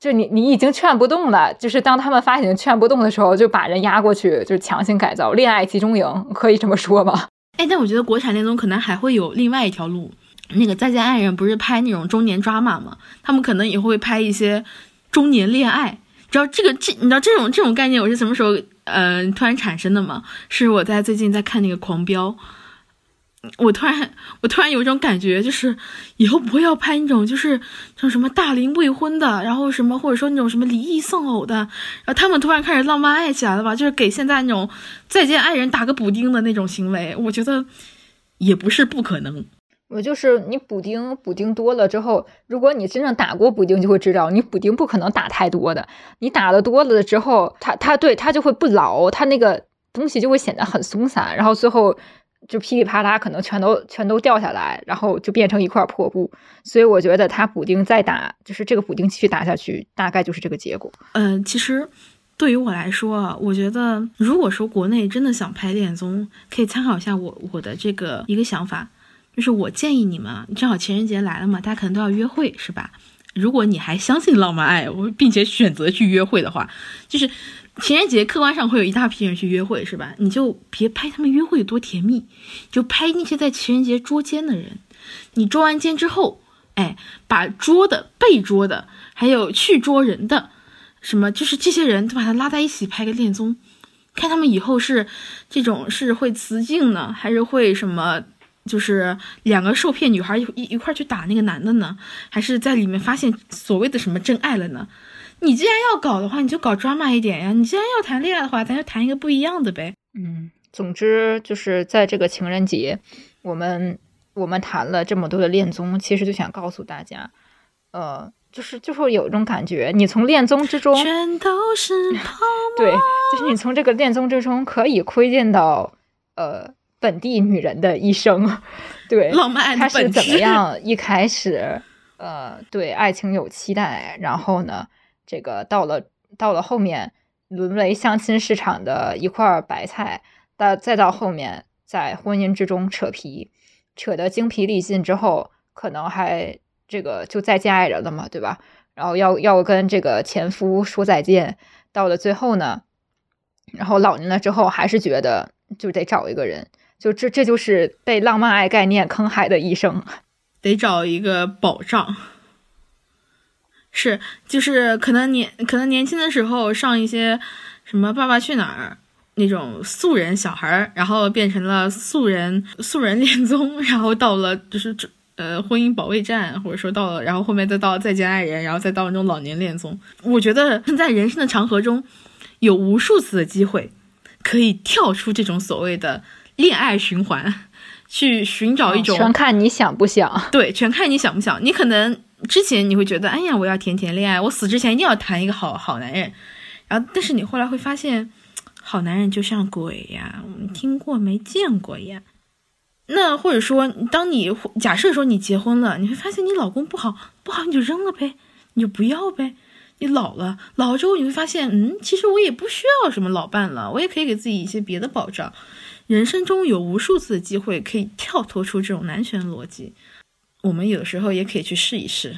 就你你已经劝不动了，就是当他们发现劝不动的时候，就把人压过去，就强行改造，恋爱集中营，可以这么说吗？ 哎，但我觉得国产恋综可能还会有另外一条路。那个《再见爱人》不是拍那种中年抓马吗？他们可能也会拍一些中年恋爱。知道这个这你知道这种这种概念我是什么时候呃突然产生的吗？是我在最近在看那个《狂飙》。我突然我突然有一种感觉，就是以后不会要拍那种就是像什么大龄未婚的，然后什么或者说那种什么离异丧偶的，然后他们突然开始浪漫爱起来了吧，就是给现在那种再见爱人打个补丁的那种行为，我觉得也不是不可能。 我就是你补丁补丁多了之后，如果你真正打过补丁就会知道，你补丁不可能打太多的，你打的多了之后，它它对它就会不牢，它那个东西就会显得很松散，然后最后就噼里啪啦可能全都全都掉下来，然后就变成一块破布。所以我觉得他补丁再打，就是这个补丁继续打下去，大概就是这个结果。 嗯、呃，其实对于我来说啊，我觉得如果说国内真的想拍恋综，可以参考一下我我的这个一个想法，就是我建议你们，正好情人节来了嘛，大家可能都要约会，是吧？如果你还相信浪漫爱，并且选择去约会的话，就是情人节客观上会有一大批人去约会，是吧？你就别拍他们约会有多甜蜜，就拍那些在情人节捉奸的人。你捉完奸之后，哎，把捉的、被捉的，还有去捉人的，什么就是这些人，都把他拉在一起拍个恋综，看他们以后是这种是会雌竞呢，还是会什么？就是两个受骗女孩一一块去打那个男的呢，还是在里面发现所谓的什么真爱了呢？你既然要搞的话，你就搞 drama 一点呀。你既然要谈恋爱的话，咱就谈一个不一样的呗。 嗯，总之就是在这个情人节，我们我们谈了这么多的恋综，其实就想告诉大家，呃，就是就会有一种感觉，你从恋综之中全都是泡沫， 对，就是你从这个恋综之中可以窥见到，呃。本地女人的一生，对， 浪漫她是怎么样一开始，呃，对爱情有期待，然后呢，这个到了到了后面沦为相亲市场的一块白菜，到再到后面在婚姻之中扯皮，扯得精疲力尽之后，可能还这个就再见爱人了嘛，对吧？然后要要跟这个前夫说再见，到了最后呢，然后老年了之后还是觉得就得找一个人。就这，这就是被浪漫爱概念坑害的一生， 得找一个保障。是，就是可能年可能年轻的时候上一些什么《爸爸去哪儿》那种素人小孩，然后变成了素人素人恋综，然后到了就是呃婚姻保卫战，或者说到了，然后后面再到再见爱人，然后再到那种老年恋综。我觉得在人生的长河中，有无数次的机会可以跳出这种所谓的恋爱循环，去寻找一种、 哦、全看你想不想。 对，全看你想不想。你可能之前你会觉得，哎呀，我要甜甜恋爱，我死之前一定要谈一个好好男人。然后，但是你后来会发现，好男人就像鬼呀，我们听过没见过呀。那或者说，当你假设说你结婚了，你会发现你老公不好，不好你就扔了呗，你就不要呗。你老了，老了之后你会发现，嗯，其实我也不需要什么老伴了，我也可以给自己一些别的保障。人生中有无数次的机会可以跳脱出这种男权逻辑，我们有时候也可以去试一试，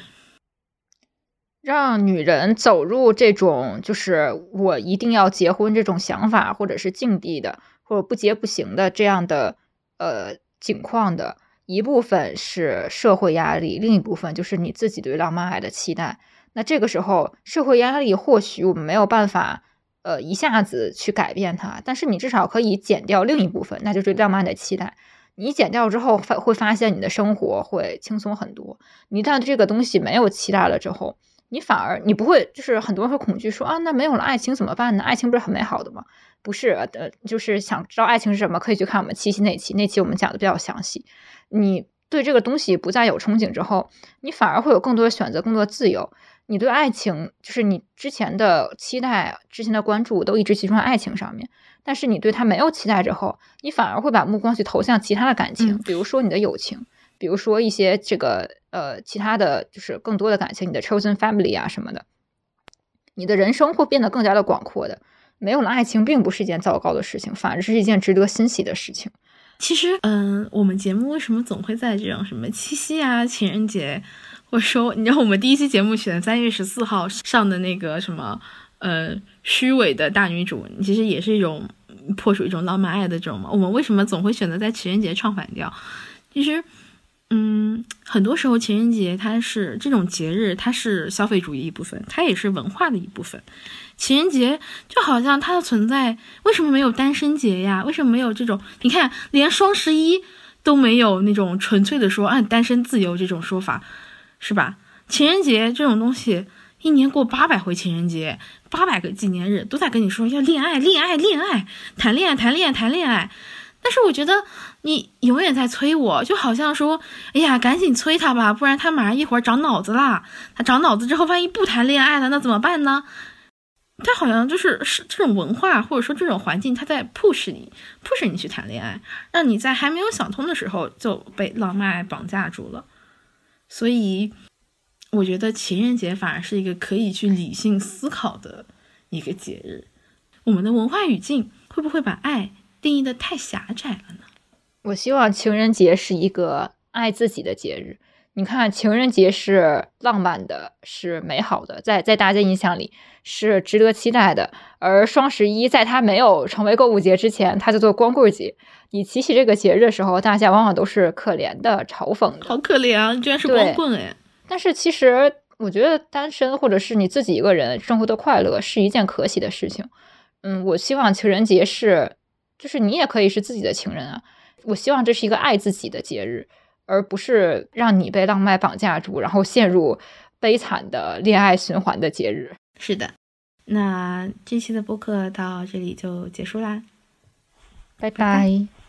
让女人走入这种就是我一定要结婚这种想法，或者是境地的，或者不结不行的这样的呃境况的一部分是社会压力，另一部分就是你自己对浪漫爱的期待。那这个时候社会压力或许我们没有办法呃，一下子去改变它，但是你至少可以减掉另一部分，那就是浪漫的期待。你减掉之后，会发现你的生活会轻松很多。你一旦这个东西没有期待了之后，你反而你不会，就是很多人会恐惧说啊，那没有了爱情怎么办呢？爱情不是很美好的吗？不是，呃，就是想知道爱情是什么，可以去看我们七夕那期，那期我们讲的比较详细。你对这个东西不再有憧憬之后，你反而会有更多的选择，更多的自由。你对爱情，就是你之前的期待、之前的关注都一直集中在爱情上面，但是你对他没有期待之后，你反而会把目光去投向其他的感情， 嗯、 比如说你的友情，比如说一些这个呃其他的就是更多的感情，你的 chosen family 啊什么的，你的人生会变得更加的广阔的。没有了爱情并不是一件糟糕的事情，反而是一件值得欣喜的事情。 其实，嗯，我们节目为什么总会在这种什么七夕啊、情人节我说，你知道我们第一期节目选三月十四号上的那个什么呃虚伪的大女主，其实也是一种破除一种浪漫爱的这种嘛。我们为什么总会选择在情人节唱反调？其实嗯，很多时候情人节它是这种节日，它是消费主义一部分，它也是文化的一部分。情人节就好像它的存在，为什么没有单身节呀？为什么没有这种？你看，连双十一都没有那种纯粹的说按单身自由这种说法，是吧？情人节这种东西，一年过八百回情人节，八百个纪念日都在跟你说要恋爱，恋爱，恋爱，谈恋爱，谈恋爱，谈恋爱。但是我觉得你永远在催我，就好像说，哎呀，赶紧催他吧，不然他马上一会儿长脑子啦。他长脑子之后，万一不谈恋爱了，那怎么办呢？他好像就是是这种文化或者说这种环境，他在 push 你 push 你去谈恋爱，让你在还没有想通的时候就被浪漫爱绑架住了。所以我觉得情人节反而是一个可以去理性思考的一个节日。我们的文化语境会不会把爱定义的太狭窄了呢？ 我希望情人节是一个爱自己的节日。你看，情人节是浪漫的，是美好的，在在大家印象里是值得期待的。而双十一在它没有成为购物节之前，它叫做光棍节。你提起这个节日的时候，大家往往都是可怜的、嘲讽的。 好可怜啊！你居然是光棍哎！ 但是其实我觉得单身或者是你自己一个人生活的快乐是一件可喜的事情。嗯，我希望情人节是，就是你也可以是自己的情人啊。我希望这是一个爱自己的节日，而不是让你被浪漫绑架住，然后陷入悲惨的恋爱循环的节日。 是的，那这期的播客到这里就结束啦， 拜拜。